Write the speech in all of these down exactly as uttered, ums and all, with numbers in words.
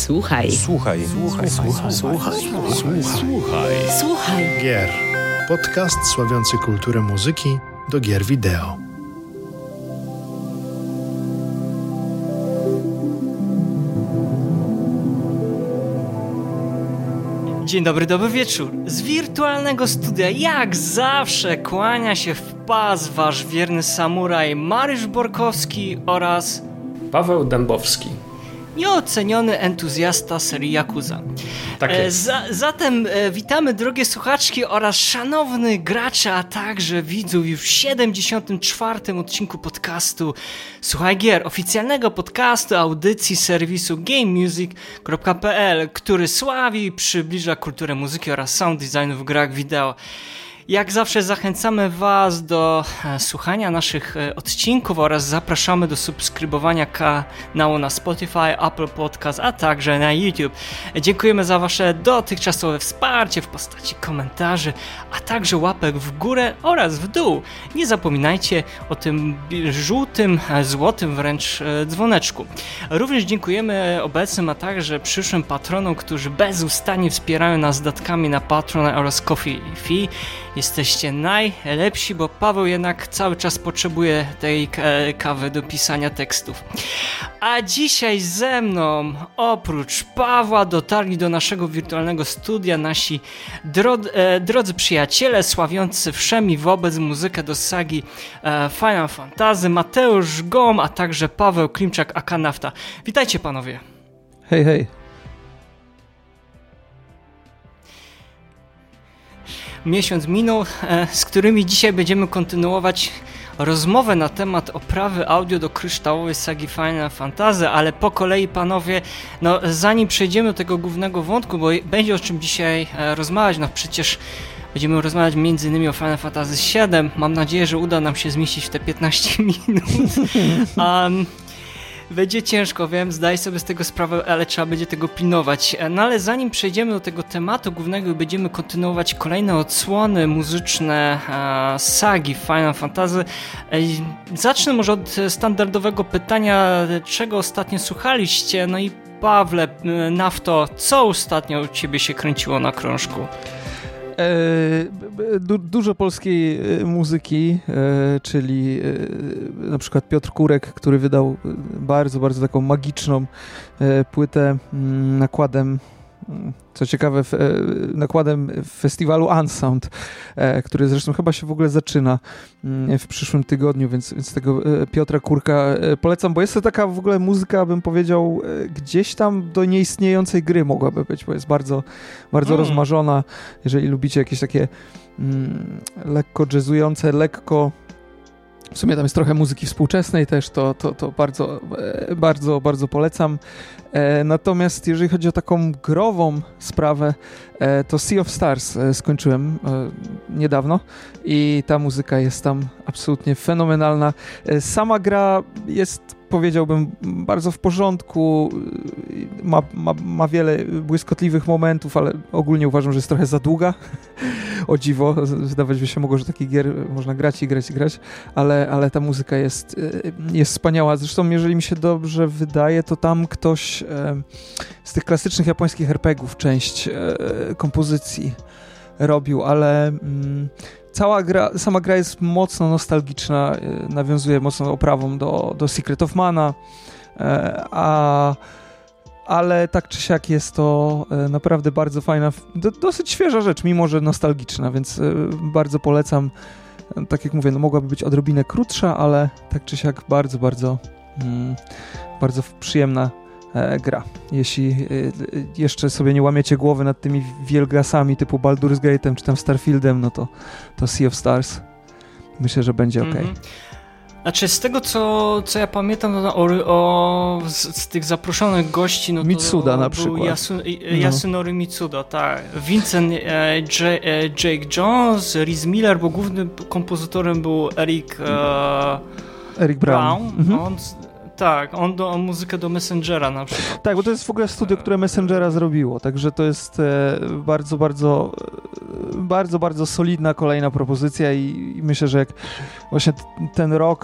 Słuchaj. Słuchaj. Słuchaj. Słuchaj. Słuchaj. Słuchaj. Słuchaj. Słuchaj. Gier. Podcast sławiący kulturę muzyki do gier wideo. Dzień dobry, dobry wieczór. Z wirtualnego studia jak zawsze kłania się w pas wasz wierny samuraj Mariusz Borkowski oraz Paweł Dębowski. Nieoceniony entuzjasta serii Yakuza. Tak jest. Za, zatem e, witamy drogie słuchaczki oraz szanownych graczy, a także widzów już w siedemdziesiątym czwartym odcinku podcastu Słuchaj Gier, oficjalnego podcastu audycji serwisu game music kropka p l, który sławi i przybliża kulturę muzyki oraz sound designu w grach wideo. Jak zawsze zachęcamy Was do e, słuchania naszych e, odcinków oraz zapraszamy do subskrybowania kanału na Spotify, Apple Podcast, a także na YouTube. Dziękujemy za Wasze dotychczasowe wsparcie w postaci komentarzy, a także łapek w górę oraz w dół. Nie zapominajcie o tym żółtym, e, złotym wręcz e, dzwoneczku. Również dziękujemy obecnym, a także przyszłym patronom, którzy bezustannie wspierają nas datkami na Patreon oraz Coffee Fee. Jesteście najlepsi, bo Paweł jednak cały czas potrzebuje tej kawy do pisania tekstów. A dzisiaj ze mną, oprócz Pawła, dotarli do naszego wirtualnego studia nasi dro- e, drodzy przyjaciele, sławiący wszem i wobec muzykę do sagi e, Final Fantasy, Mateusz Gom, a także Paweł Klimczak, aka Nafta. Witajcie panowie. Hej, hej. Miesiąc minął, z którymi dzisiaj będziemy kontynuować rozmowę na temat oprawy audio do kryształowej sagi Final Fantasy, ale po kolei panowie, no zanim przejdziemy do tego głównego wątku, bo będzie o czym dzisiaj rozmawiać, no przecież będziemy rozmawiać między innymi o Final Fantasy siedem, mam nadzieję, że uda nam się zmieścić w te piętnaście minut. um, Będzie ciężko, wiem, zdaję sobie z tego sprawę, ale trzeba będzie tego pilnować. No ale zanim przejdziemy do tego tematu głównego i będziemy kontynuować kolejne odsłony muzyczne e, sagi Final Fantasy, e, zacznę może od standardowego pytania, czego ostatnio słuchaliście? No i Pawle, Nafto, co ostatnio u ciebie się kręciło na krążku? E, du, dużo polskiej muzyki, e, czyli e, na przykład Piotr Kurek, który wydał bardzo, bardzo taką magiczną e, płytę m, nakładem, co ciekawe, w, e, nakładem festiwalu Unsound, e, który zresztą chyba się w ogóle zaczyna m, w przyszłym tygodniu, więc, więc tego e, Piotra Kurka e, polecam, bo jest to taka w ogóle muzyka, bym powiedział, e, gdzieś tam do nieistniejącej gry mogłaby być, bo jest bardzo, bardzo mm. rozmarzona. Jeżeli lubicie jakieś takie mm, lekko jazzujące, lekko w sumie tam jest trochę muzyki współczesnej też, to, to, to bardzo, bardzo, bardzo polecam. E, natomiast jeżeli chodzi o taką grową sprawę, e, to Sea of Stars e, skończyłem e, niedawno i ta muzyka jest tam absolutnie fenomenalna. E, sama gra jest, powiedziałbym, bardzo w porządku, ma, ma, ma wiele błyskotliwych momentów, ale ogólnie uważam, że jest trochę za długa. O dziwo, wydawać by się mogło, że takich gier można grać i grać i grać, ale, ale ta muzyka jest, jest wspaniała. Zresztą, jeżeli mi się dobrze wydaje, to tam ktoś e, z tych klasycznych japońskich er pe gie ów część e, kompozycji robił, ale mm, cała gra, sama gra jest mocno nostalgiczna, e, nawiązuje mocno oprawą do, do Secret of Mana, e, a ale tak czy siak jest to e, naprawdę bardzo fajna, do, dosyć świeża rzecz, mimo że nostalgiczna, więc e, bardzo polecam. E, tak jak mówię, no mogłaby być odrobinę krótsza, ale tak czy siak bardzo, bardzo mm, bardzo przyjemna e, gra. Jeśli e, jeszcze sobie nie łamiecie głowy nad tymi wielgasami typu Baldur's Gate'em czy tam Starfieldem, no to, to Sea of Stars myślę, że będzie okej. Okay. Mm-hmm. Znaczy z tego co, co ja pamiętam no, o, o, z, z tych zaproszonych gości, no to Mitsuda na był przykład. Yasu, Yasunori no. Mitsuda, tak. Vincent e, J, e, Jake Jones, Rhys Miller, bo głównym kompozytorem był Eric, e, Eric Brown. Brown. Mhm. On, tak, on do on muzykę do Messengera na przykład. Tak, bo to jest w ogóle studio, które Messengera zrobiło, także to jest e, bardzo, bardzo, e, bardzo, bardzo solidna kolejna propozycja i, i myślę, że jak właśnie t- ten rok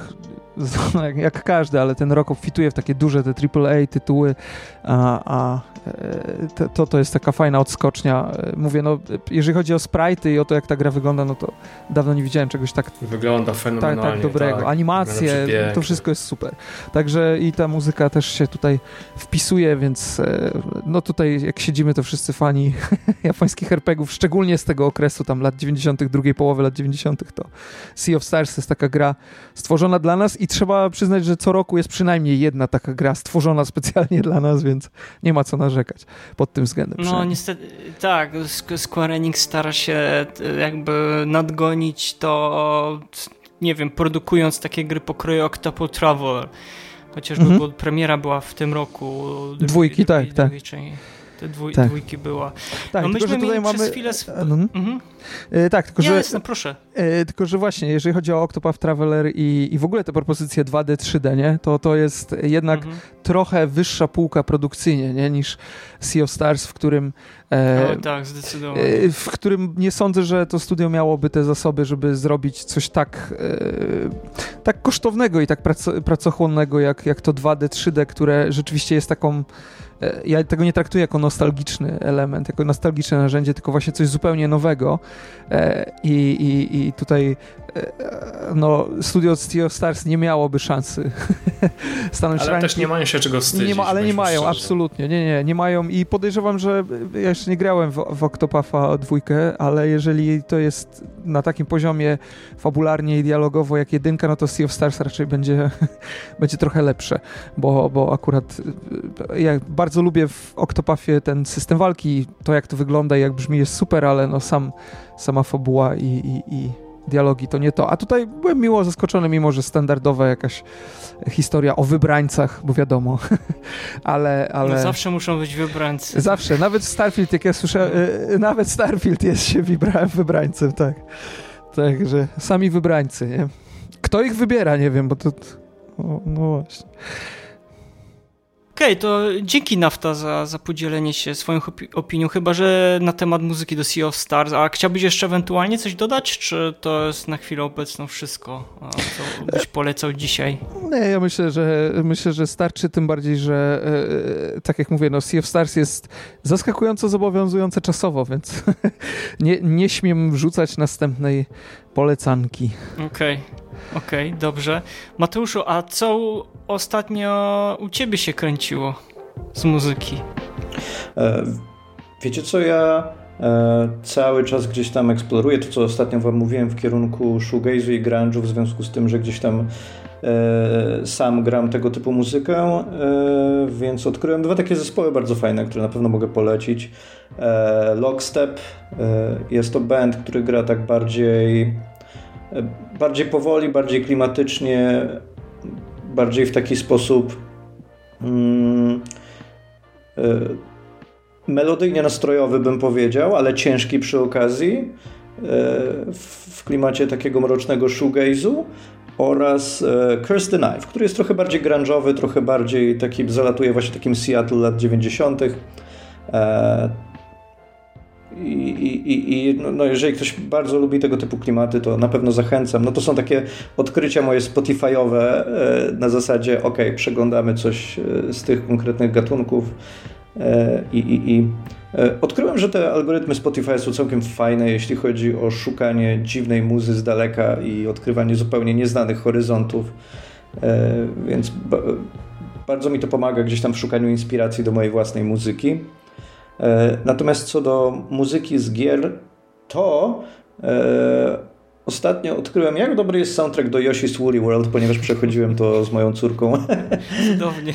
jak, jak każdy, ale ten rock obfituje w takie duże te triple A tytuły, a, a to, to jest taka fajna odskocznia. Mówię, no, jeżeli chodzi o sprite'y i o to, jak ta gra wygląda, no to dawno nie widziałem czegoś tak... Wygląda fenomenalnie. Tak, tak dobrego. Tak, animacje, to wszystko jest super. Także i ta muzyka też się tutaj wpisuje, więc no tutaj jak siedzimy, to wszyscy fani japońskich er pe gie ów, szczególnie z tego okresu tam lat dziewięćdziesiątych, drugiej połowy lat dziewięćdziesiątych, to Sea of Stars jest taka gra stworzona dla nas i trzeba przyznać, że co roku jest przynajmniej jedna taka gra stworzona specjalnie dla nas, więc nie ma co narzekać pod tym względem. No niestety, tak, Square Enix stara się jakby nadgonić to, nie wiem, produkując takie gry pokroju Octopath Traveler. Chociażby mhm. bo premiera była w tym roku. Drugi, Dwójki, drugi, tak, drugi, tak. Te dwój, tak. dwójki była. Tak, no tylko, myśmy że tutaj mamy... przez chwilę... Sp... Mhm. Mhm. E, tak, tylko, Nie, że... jasne, proszę. E, tylko, że właśnie, jeżeli chodzi o Octopath Traveler i, i w ogóle te propozycje dwa D, trzy D, nie? To, to jest jednak mhm. trochę wyższa półka produkcyjnie, nie? Niż Sea of Stars, w którym... E, o, tak, zdecydowanie. E, w którym nie sądzę, że to studio miałoby te zasoby, żeby zrobić coś tak, e, tak kosztownego i tak praco, pracochłonnego, jak, jak to dwa D, trzy D, które rzeczywiście jest taką... Ja tego nie traktuję jako nostalgiczny element, jako nostalgiczne narzędzie, tylko właśnie coś zupełnie nowego. I, i, i tutaj no, studio Sea of Stars nie miałoby szansy stanąć Ale ranki. też nie mają się czego wstydzić. Nie ma, ale nie mają, szczerze. absolutnie. Nie, nie, nie mają i podejrzewam, że ja jeszcze nie grałem w, w Octopatha dwójkę, ale jeżeli to jest na takim poziomie fabularnie i dialogowo jak jedynka, no to Sea of Stars raczej będzie, będzie trochę lepsze, bo, bo akurat ja bardzo lubię w Octopathie ten system walki, to jak to wygląda i jak brzmi jest super, ale no sam, sama fabuła i, i, i dialogi to nie to. A tutaj byłem miło zaskoczony, mimo że standardowa jakaś historia o wybrańcach, bo wiadomo, ale... ale... No zawsze muszą być wybrańcy. Zawsze, nawet Starfield, jak ja słyszę, yy, nawet Starfield jest się wybra- wybrańcem, tak. Także sami wybrańcy, nie? Kto ich wybiera, nie wiem, bo to... No, no właśnie. Okej, okay, to dzięki Nafta za, za podzielenie się swoją opi- opinią, chyba że na temat muzyki do Sea of Stars. A chciałbyś jeszcze ewentualnie coś dodać, czy to jest na chwilę obecną wszystko, co byś polecał dzisiaj? Nie, ja myślę, że myślę, że starczy, tym bardziej, że e, tak jak mówię, no Sea of Stars jest zaskakująco zobowiązujące czasowo, więc nie, nie śmiem wrzucać następnej polecanki. Okej. Okay. Okej, okay, dobrze. Mateuszu, a co ostatnio u ciebie się kręciło z muzyki? E, wiecie co, ja e, cały czas gdzieś tam eksploruję to, co ostatnio wam mówiłem w kierunku shoegaze'u i grunge'u, w związku z tym, że gdzieś tam e, sam gram tego typu muzykę, e, więc odkryłem dwa takie zespoły bardzo fajne, które na pewno mogę polecić. E, Lockstep e, jest to band, który gra tak bardziej bardziej powoli, bardziej klimatycznie, bardziej w taki sposób mm, y, melodyjnie nastrojowy, bym powiedział, ale ciężki przy okazji, y, w, w klimacie takiego mrocznego shoegaze'u, oraz y, Curse the Knife, który jest trochę bardziej grunge'owy, trochę bardziej taki, zalatuje właśnie takim Seattle lat dziewięćdziesiątych. Y, I, i, i no jeżeli ktoś bardzo lubi tego typu klimaty, to na pewno zachęcam. No to są takie odkrycia moje Spotify'owe na zasadzie ok, przeglądamy coś z tych konkretnych gatunków i, i, i odkryłem, że te algorytmy Spotify są całkiem fajne, jeśli chodzi o szukanie dziwnej muzy z daleka i odkrywanie zupełnie nieznanych horyzontów, więc bardzo mi to pomaga gdzieś tam w szukaniu inspiracji do mojej własnej muzyki. Natomiast co do muzyki z gier, to e, ostatnio odkryłem, jak dobry jest soundtrack do Yoshi's Woolly World, ponieważ przechodziłem to z moją córką. Cudownie.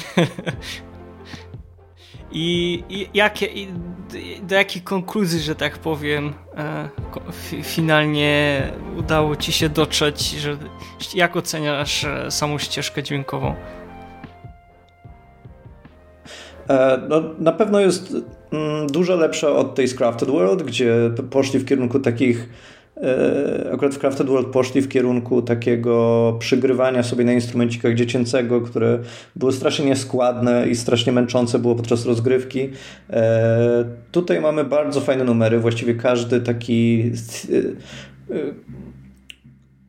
I, i, jakie, i do jakich konkluzji, że tak powiem, e, finalnie udało ci się dotrzeć, że jak oceniasz samą ścieżkę dźwiękową? E, no, na pewno jest mm, dużo lepsza od tej z Crafted World, gdzie poszli w kierunku takich e, akurat w Crafted World poszli w kierunku takiego przygrywania sobie na instrumencikach dziecięcego, które było strasznie nieskładne i strasznie męczące było podczas rozgrywki. E, tutaj mamy bardzo fajne numery, właściwie każdy taki e, e,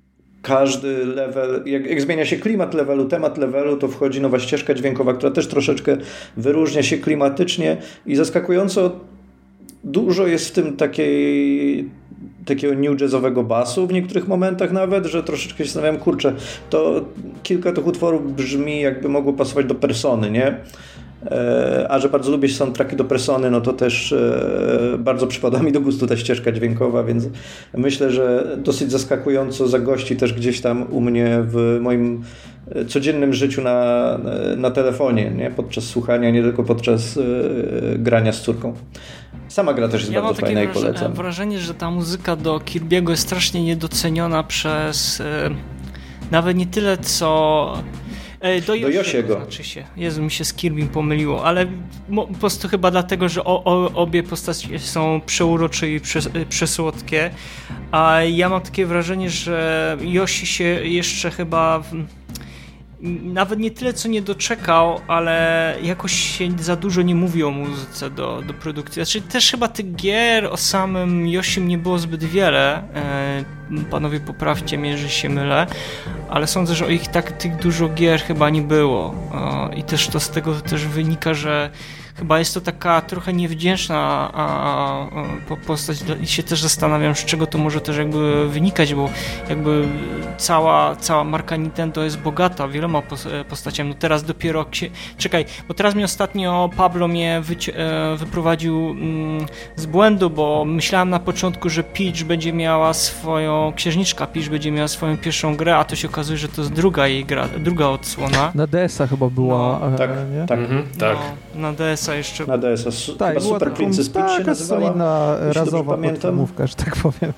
każdy level, jak, jak zmienia się klimat levelu, temat levelu, to wchodzi nowa ścieżka dźwiękowa, która też troszeczkę wyróżnia się klimatycznie i zaskakująco dużo jest w tym takiej, takiego new jazzowego basu w niektórych momentach nawet, że troszeczkę się zastanawiam, kurczę, to kilka tych utworów brzmi jakby mogło pasować do Persony, nie? A że bardzo lubię soundtracki do Persony, no to też bardzo przypada mi do gustu ta ścieżka dźwiękowa, więc myślę, że dosyć zaskakująco zagości też gdzieś tam u mnie w moim codziennym życiu na, na telefonie, nie? Podczas słuchania, nie tylko podczas grania z córką. Sama gra też jest ja bardzo fajna i polecam. Ja mam takie wrażenie, że ta muzyka do Kirby'ego jest strasznie niedoceniona przez nawet nie tyle co... Do Yoshiego, znaczy się. Jezu, mi się z Kirby'm pomyliło, ale mo, po prostu chyba dlatego, że o, o, obie postacie są przeurocze i przes, przesłodkie, a ja mam takie wrażenie, że Yoshi się jeszcze chyba w, nawet nie tyle co nie doczekał, ale jakoś się za dużo nie mówi o muzyce do, do produkcji. Znaczy też chyba tych gier o samym Yoshim nie było zbyt wiele. Panowie poprawcie mnie, że się mylę, ale sądzę, że o ich tak tych dużo gier chyba nie było. I też to z tego też wynika, że chyba jest to taka trochę niewdzięczna a, a, postać i się też zastanawiam, z czego to może też jakby wynikać, bo jakby cała, cała marka Nintendo jest bogata wieloma postaciami. No teraz dopiero... Czekaj, bo teraz mi ostatnio Pablo mnie wyci- wyprowadził mm, z błędu, bo myślałem na początku, że Peach będzie miała swoją... Księżniczka Peach będzie miała swoją pierwszą grę, a to się okazuje, że to jest druga jej gra, druga odsłona. Na D S a chyba była, no, tak, nie? Tak, mhm, tak. No, na D S a jeszcze... Na D S a. Tak, chyba Super Princess Peach się nazywała. Solidna, razowa podmówka, że tak powiem.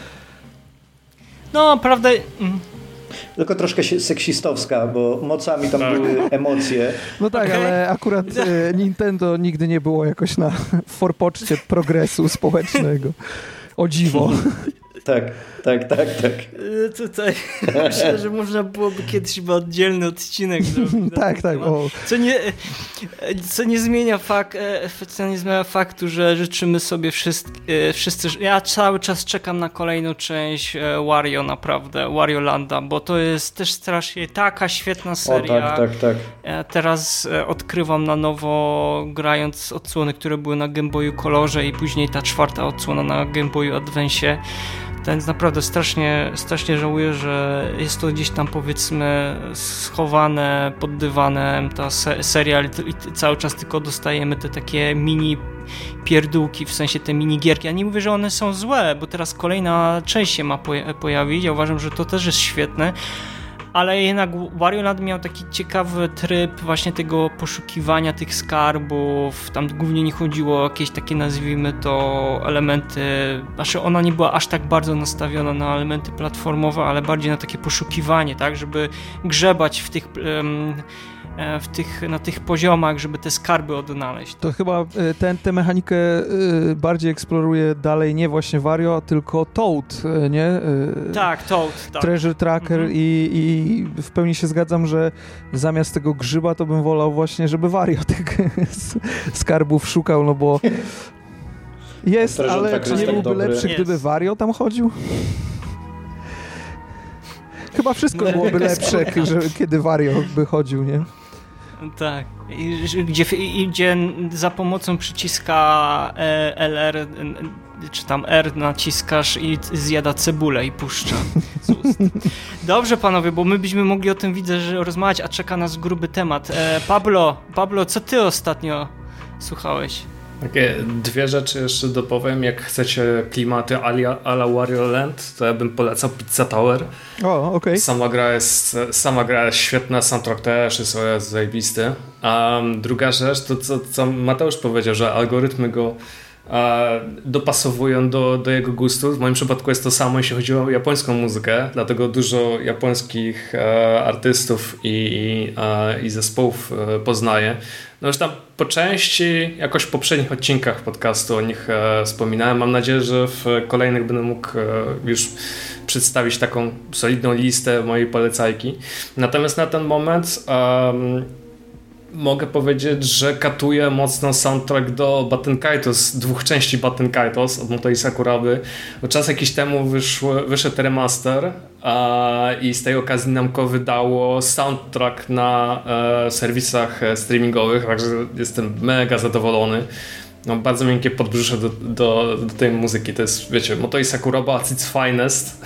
No, prawda... Tylko troszkę seksistowska, bo mocami tam tak. były emocje. No tak, okay. Ale akurat Nintendo nigdy nie było jakoś na forpoczcie progresu społecznego. O dziwo. Tak, tak, tak, tak. Tutaj myślę, że można byłoby kiedyś chyba oddzielny odcinek zrobić. tak, tak. O. Co nie, co nie zmienia fakt, co nie zmienia faktu, że życzymy sobie wszyscy, wszyscy... Ja cały czas czekam na kolejną część Wario, naprawdę, Wario Landa, bo to jest też strasznie taka świetna seria. O, tak, tak, tak. Teraz odkrywam na nowo, grając odsłony, które były na Game Boyu Colorze i później ta czwarta odsłona na Game Boyu Advance. Więc naprawdę strasznie, strasznie żałuję, że jest to gdzieś tam powiedzmy schowane pod dywanem ta se- seria i cały czas tylko dostajemy te takie mini pierdółki, w sensie te minigierki. Ja nie mówię, że one są złe, bo teraz kolejna część się ma poja- pojawić. Ja uważam, że to też jest świetne. Ale jednak Wario Land miał taki ciekawy tryb właśnie tego poszukiwania tych skarbów. Tam głównie nie chodziło o jakieś takie, nazwijmy to, elementy. Znaczy ona nie była aż tak bardzo nastawiona na elementy platformowe, ale bardziej na takie poszukiwanie, tak, żeby grzebać w tych... Um, w tych, na tych poziomach, żeby te skarby odnaleźć. To chyba ten, tę mechanikę bardziej eksploruje dalej nie właśnie Wario, tylko Toad, nie? Tak, Toad. Tak. Treasure Tracker mhm. i, i w pełni się zgadzam, że zamiast tego grzyba to bym wolał właśnie, żeby Wario tych skarbów szukał, no bo jest, Treasure ale Tracker czy nie tak byłby dobry. lepszy, gdyby jest. Wario tam chodził? Chyba wszystko byłoby lepsze, że, kiedy Wario by chodził, nie? Tak. I, gdzie, i, gdzie za pomocą przyciska L R czy tam R naciskasz i zjada cebulę i puszcza z ust. Dobrze, panowie, bo my byśmy mogli o tym, widzę, że rozmawiać, a czeka nas gruby temat. E, Pablo, Pablo, co ty ostatnio słuchałeś? Takie dwie rzeczy jeszcze dopowiem. Jak chcecie klimaty a la Wario Land, to ja bym polecał Pizza Tower. O, okej. Okay. Sama gra jest, sama gra jest świetna, soundtrack też jest, jest zajebisty. A um, druga rzecz, to co, co Mateusz powiedział, że algorytmy go e, dopasowują do, do jego gustu. W moim przypadku jest to samo, jeśli chodzi o japońską muzykę, dlatego dużo japońskich e, artystów i, i, e, i zespołów e, poznaję. No już tam po części, jakoś w poprzednich odcinkach podcastu o nich e, wspominałem. Mam nadzieję, że w kolejnych będę mógł e, już przedstawić taką solidną listę mojej polecajki. Natomiast na ten moment um, mogę powiedzieć, że katuje mocno soundtrack do Baten Kaitos, dwóch części Baten Kaitos od Motoi Sakuraby. Bo czas jakiś temu wyszły, wyszedł remaster a, i z tej okazji Namco wydało soundtrack na e, serwisach streamingowych, także jestem mega zadowolony. Mam bardzo miękkie podbrzusze do, do, do tej muzyki. To jest, wiecie, Motoi Sakuraba at its finest.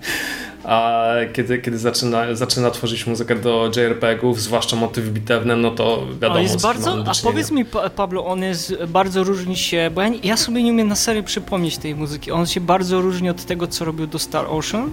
A kiedy, kiedy zaczyna, zaczyna tworzyć muzykę do J R P G-ów, zwłaszcza motywy bitewne, no to wiadomo, jest bardzo, a powiedz mi, Pablo, on jest bardzo różni się, bo ja, ja sobie nie umiem na serio przypomnieć tej muzyki. On się bardzo różni od tego, co robił do Star Ocean?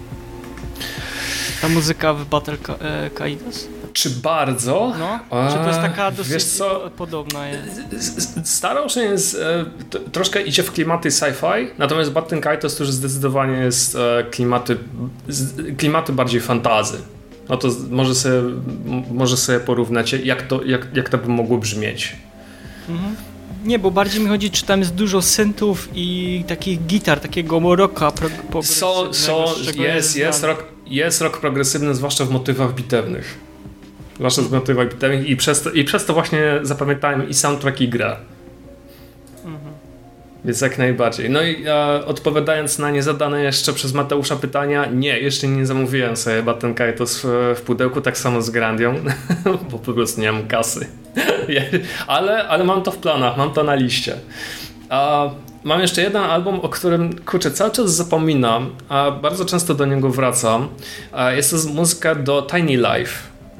Ta muzyka w Battle Kaitos? Czy bardzo? No, czy to jest taka dosyć Wiesz co? podobna? Jest? Star Ocean jest, e, t, troszkę idzie w klimaty sci-fi, natomiast Baten Kaitos to już zdecydowanie jest e, klimaty, z, klimaty bardziej fantazy. No to może sobie, może sobie porównacie, jak to, jak, jak to by mogło brzmieć. Mhm. Nie, bo bardziej mi chodzi, czy tam jest dużo syntów i takich gitar, takiego rocka progresywnego. So, so, jest, jest, jest, rock, jest rock progresywny, zwłaszcza w motywach bitewnych. Zwłaszcza z motywach bitewnych i przez to, i przez to właśnie zapamiętałem i soundtrack i grę. Mhm. Więc jak najbardziej. No i e, odpowiadając na niezadane jeszcze przez Mateusza pytania, nie, jeszcze nie zamówiłem sobie Baten Kaitos w, w pudełku, tak samo z Grandią, bo po prostu nie mam kasy. ale, ale mam to w planach, mam to na liście. A mam jeszcze jeden album, o którym, kurczę, cały czas zapominam, a bardzo często do niego wracam. A jest to muzyka do Tiny Life,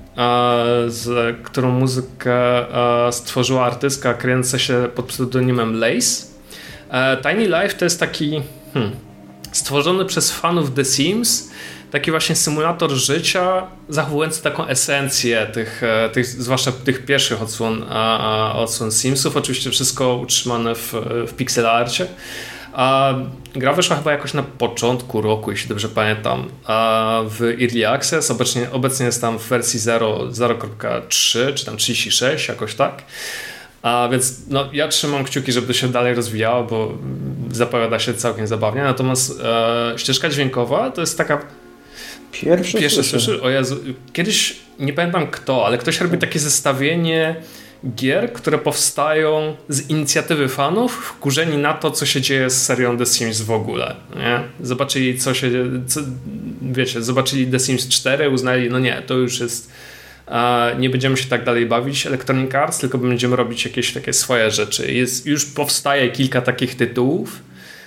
z którą muzykę stworzyła artystka kręcąca się pod pseudonimem Lace. Tiny Life to jest taki hmm, stworzony przez fanów The Sims, taki właśnie symulator życia zachowujący taką esencję tych, tych zwłaszcza tych pierwszych odsłon, odsłon Simsów. Oczywiście wszystko utrzymane w, w pixel arcie. A gra wyszła chyba jakoś na początku roku, jeśli dobrze pamiętam, a w Early Access. Obecnie, obecnie jest tam w wersji zero kropka trzy czy tam trzydzieści sześć, jakoś tak. A więc no, ja trzymam kciuki, żeby to się dalej rozwijało, bo zapowiada się całkiem zabawnie. Natomiast e, ścieżka dźwiękowa to jest taka... Pierwsze, Pierwsze słyszę. O Jezu, kiedyś, nie pamiętam kto, ale ktoś robi takie zestawienie gier, które powstają z inicjatywy fanów, wkurzeni na to, co się dzieje z serią The Sims w ogóle. Nie? Zobaczyli, co się... Co, wiecie, zobaczyli The Sims cztery, uznali, no nie, to już jest... Uh, nie będziemy się tak dalej bawić Electronic Arts, tylko będziemy robić jakieś takie swoje rzeczy. Jest, już powstaje kilka takich tytułów,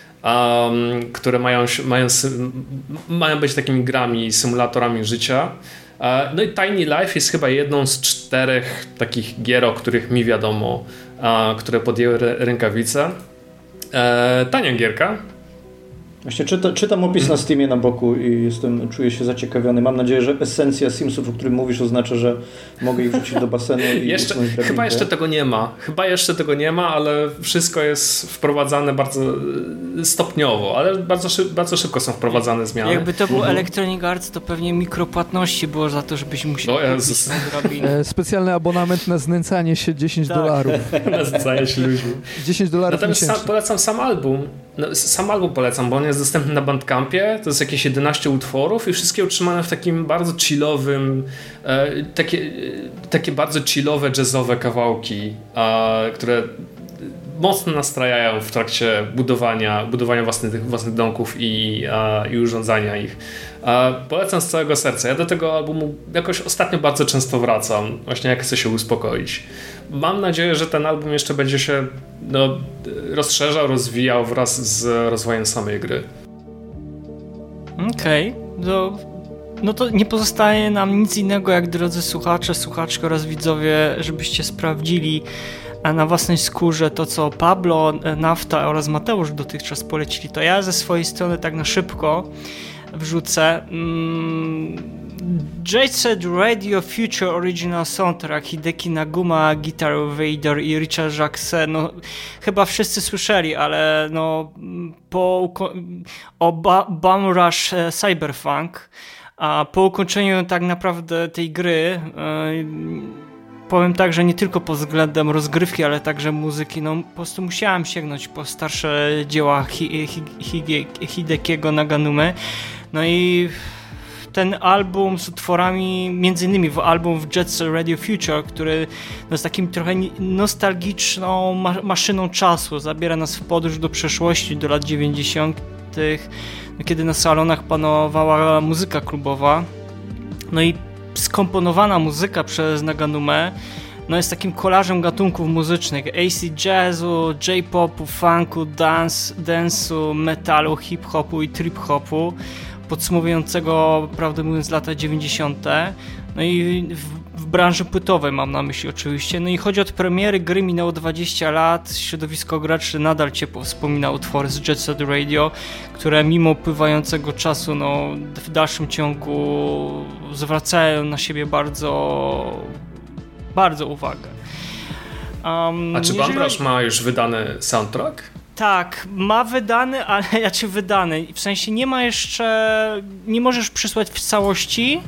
um, które mają, mają, mają być takimi grami, symulatorami życia. Uh, no i Tiny Life jest chyba jedną z czterech takich gier, o których mi wiadomo, uh, które podjęły rękawice. Uh, tania gierka. Właśnie czyta, czytam opis na Steamie na boku i jestem, czuję się zaciekawiony. Mam nadzieję, że esencja Simsów, o którym mówisz, oznacza, że mogę ich wrzucić do basenu i jeszcze, chyba jeszcze tego nie ma. Chyba jeszcze tego nie ma, ale wszystko jest wprowadzane bardzo stopniowo, ale bardzo, szyb, bardzo szybko są wprowadzane zmiany. Jakby to był Electronic Arts, to pewnie mikropłatności było za to, żebyś musiał kupić e, specjalny abonament na znęcanie się dziesięć dolarów. Na znęcanie się ludzi. dziesięć dolarów Natomiast miesięcznie. Sam, polecam sam album. No, sam album polecam, bo on jest dostępny na Bandcampie. To jest jakieś jedenaście utworów i wszystkie utrzymane w takim bardzo chillowym, e, takie, e, takie bardzo chillowe, jazzowe kawałki, e, które mocno nastrajają w trakcie budowania, budowania własnych, własnych domków i, e, i urządzania ich. E, polecam z całego serca. Ja do tego albumu jakoś ostatnio bardzo często wracam, właśnie jak chcę się uspokoić. Mam nadzieję, że ten album jeszcze będzie się no, rozszerzał, rozwijał wraz z rozwojem samej gry. Okej, okay. no, no to nie pozostaje nam nic innego, jak drodzy słuchacze, słuchaczki oraz widzowie, żebyście sprawdzili na własnej skórze to, co Pablo, Nafta oraz Mateusz dotychczas polecili. To ja ze swojej strony tak na szybko wrzucę mm, Jet Set Radio Future Original Soundtrack Hideki Naguma, Guitar Vader i Richard Jacques. No chyba wszyscy słyszeli, ale no po o ba- Bum Rush Cyberpunk, a po ukończeniu tak naprawdę tej gry yy, powiem tak, że nie tylko pod względem rozgrywki, ale także muzyki, no po prostu musiałem sięgnąć po starsze dzieła Hi- Hi- Hi- Hidekiego Naganumy. No i ten album z utworami, między innymi w album w Jet Set Radio Future, który no, jest takim trochę nostalgiczną ma- maszyną czasu, zabiera nas w podróż do przeszłości, do lat dziewięćdziesiątych, kiedy na salonach panowała muzyka klubowa. No i skomponowana muzyka przez Naganumę no jest takim kolażem gatunków muzycznych: acid jazzu, J-popu, funku, dance, dance'u, metalu, hip-hopu i trip-hopu, podsumowującego, prawdę mówiąc, lata dziewięćdziesiąte. No i w, w branży płytowej mam na myśli oczywiście. No i choć od premiery gry minęło dwadzieścia lat, środowisko graczy nadal ciepło wspomina utwory z Jet Set Radio, które mimo upływającego czasu no, w dalszym ciągu zwracają na siebie bardzo, bardzo uwagę. Um, A czy jeżeli... Bambrush ma już wydany soundtrack? Tak, ma wydany, ale znaczy wydany, w sensie nie ma jeszcze, nie możesz przysłać w całości,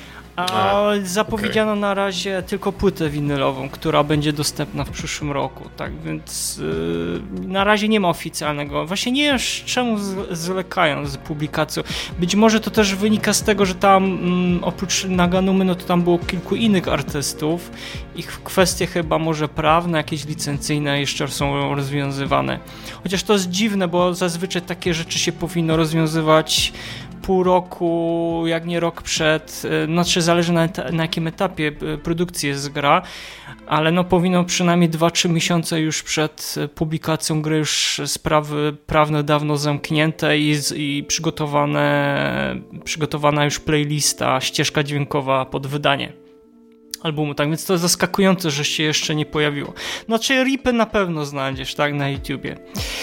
a zapowiedziano okay. na razie tylko płytę winylową, która będzie dostępna w przyszłym roku, tak więc yy, na razie nie ma oficjalnego. Właśnie nie wiem, czemu zwlekają z publikacją. Być może to też wynika z tego, że tam mm, oprócz Naganumy, no to tam było kilku innych artystów. Ich kwestie chyba może prawne, jakieś licencyjne jeszcze są rozwiązywane. Chociaż to jest dziwne, bo zazwyczaj takie rzeczy się powinno rozwiązywać pół roku, jak nie rok przed, znaczy zależy na, eta- na jakim etapie produkcji jest gra, ale no powinno przynajmniej dwa trzy miesiące już przed publikacją gry już sprawy prawne dawno zamknięte i, i przygotowane, przygotowana już playlista, ścieżka dźwiękowa pod wydanie albumu, tak więc to jest zaskakujące, że się jeszcze nie pojawiło. Znaczy ripy na pewno znajdziesz, tak, na YouTubie.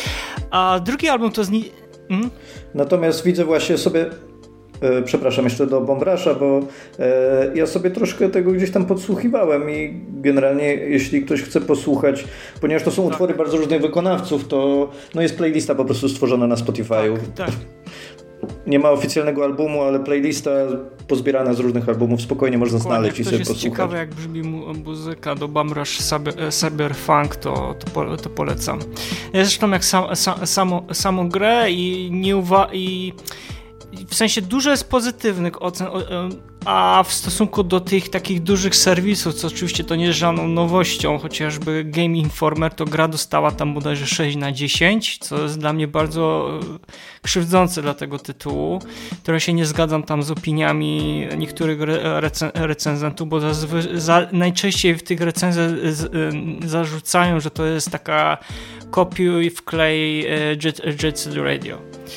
A drugi album to jest... Hmm? Natomiast widzę właśnie sobie, e, przepraszam jeszcze do Bambrusha, bo e, ja sobie troszkę tego gdzieś tam podsłuchiwałem i generalnie jeśli ktoś chce posłuchać, ponieważ to są tak. utwory bardzo różnych wykonawców, to no jest playlista po prostu stworzona na Spotify'u. Tak, tak. Nie ma oficjalnego albumu, ale playlista pozbierana z różnych albumów spokojnie można Dokładnie, znaleźć i sobie posłuchać. Jest ciekawe, jak brzmi mu- muzyka do Bambrush Cyberfunk, to, to, po, to polecam. Ja zresztą jak sam, sam, samą, samą grę i nie uwa- i w sensie dużo jest pozytywnych ocen, a w stosunku do tych takich dużych serwisów, co oczywiście to nie jest żadną nowością, chociażby Game Informer, to gra dostała tam bodajże sześć na dziesięć, co jest dla mnie bardzo krzywdzące dla tego tytułu, które się nie zgadzam tam z opiniami niektórych recen- recenzentów, bo zazwy- za, najczęściej w tych recenzjach z, y, zarzucają, że to jest taka kopiuj wklej Jet, Jet Set Radio.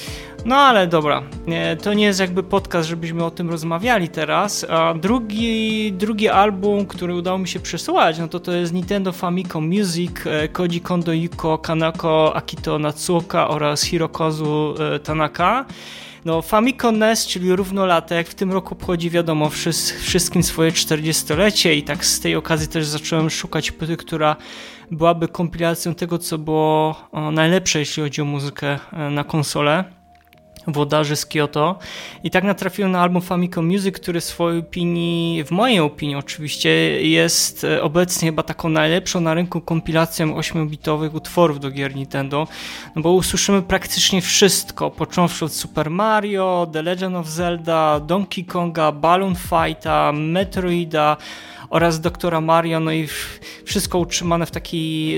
No ale dobra, to nie jest jakby podcast, żebyśmy o tym rozmawiali teraz. A drugi, drugi album, który udało mi się przesłuchać, no to to jest Nintendo Famicom Music, Koji Kondo Yuko Kanako Akito Natsuoka oraz Hirokazu Tanaka. No Famicom N E S, czyli równolatek, w tym roku obchodzi, wiadomo, wszystkim swoje czterdziestolecie i tak z tej okazji też zacząłem szukać płyty, która byłaby kompilacją tego, co było najlepsze, jeśli chodzi o muzykę na konsolę. Włodarzy z Kyoto i tak natrafiłem na album Famicom Music, który w swojej opinii, w mojej opinii oczywiście, jest obecnie chyba taką najlepszą na rynku kompilacją ośmiobitowych utworów do gier Nintendo, no bo usłyszymy praktycznie wszystko, począwszy od Super Mario, The Legend of Zelda, Donkey Konga, Balloon Fighta, Metroida oraz Doktora Mario, no i wszystko utrzymane w takiej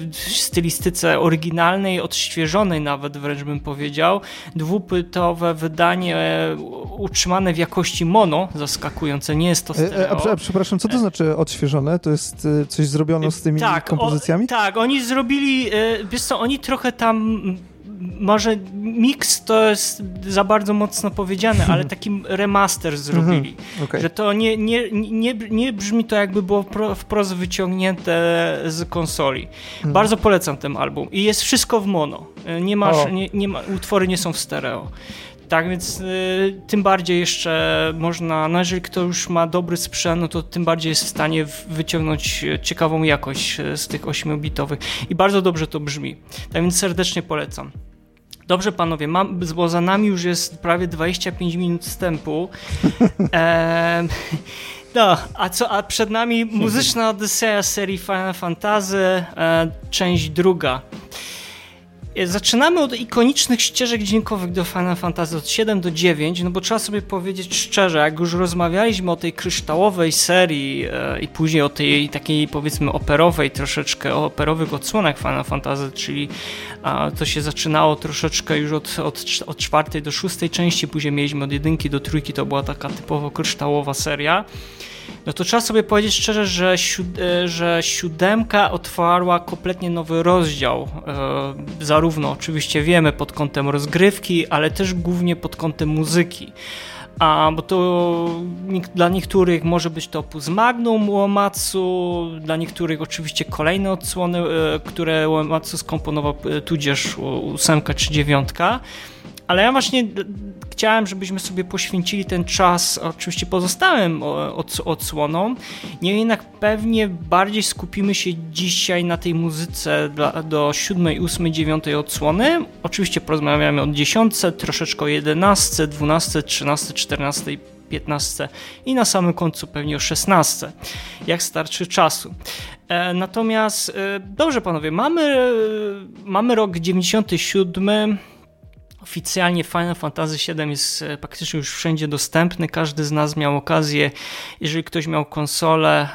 stylistyce oryginalnej, odświeżonej nawet, wręcz bym powiedział. Dwupłytowe wydanie utrzymane w jakości mono, zaskakujące, nie jest to stereo. A, a, a przepraszam, co to znaczy odświeżone? To jest coś zrobione z tymi tak, kompozycjami? O, tak, oni zrobili, wiesz co, oni trochę tam... Może mix to jest za bardzo mocno powiedziane, ale taki remaster zrobili. Okay. Że to nie, nie, nie, nie brzmi to jakby było wprost wyciągnięte z konsoli. Hmm. Bardzo polecam ten album. I jest wszystko w mono. Nie masz, nie, nie ma, utwory nie są w stereo. Tak więc y, tym bardziej jeszcze można, no jeżeli ktoś już ma dobry sprzęt, no to tym bardziej jest w stanie wyciągnąć ciekawą jakość z tych ośmiobitowych. I bardzo dobrze to brzmi. Tak więc serdecznie polecam. Dobrze panowie, mam, bo za nami już jest prawie dwadzieścia pięć minut wstępu. E, no, a co, a przed nami muzyczna odyseja serii Final Fantasy, e, część druga. zaczynamy od ikonicznych ścieżek dźwiękowych do Final Fantasy od siedem do dziewięć, no bo trzeba sobie powiedzieć szczerze, jak już rozmawialiśmy o tej kryształowej serii e, i później o tej takiej powiedzmy operowej, troszeczkę o operowych odsłonach Final Fantasy, czyli a, to się zaczynało troszeczkę już od, od, od czwartej do szóstej części, później mieliśmy od jedynki do trójki, to była taka typowo kryształowa seria. No to trzeba sobie powiedzieć szczerze, że, siód, że siódemka otwarła kompletnie nowy rozdział, e, zarówno oczywiście wiemy pod kątem rozgrywki, ale też głównie pod kątem muzyki. A bo to dla niektórych może być to opus magnum Uematsu, dla niektórych oczywiście kolejne odsłony, e, które Uematsu skomponował, tudzież ósemka czy dziewiątka. Ale ja właśnie chciałem, żebyśmy sobie poświęcili ten czas oczywiście pozostałym odsłonom. Niemniej jednak pewnie bardziej skupimy się dzisiaj na tej muzyce dla, do siódmej, ósmej, dziewiątej odsłony. Oczywiście porozmawiamy o dziesiątce, troszeczkę o jedenastce, dwunastce, trzynastce, czternastce, piętnastce i na samym końcu pewnie o szesnastce, jak starczy czasu. E, natomiast e, dobrze panowie, mamy, e, mamy rok dziewięćdziesiąty siódmy. Oficjalnie Final Fantasy siedem jest praktycznie już wszędzie dostępny. Każdy z nas miał okazję, jeżeli ktoś miał konsolę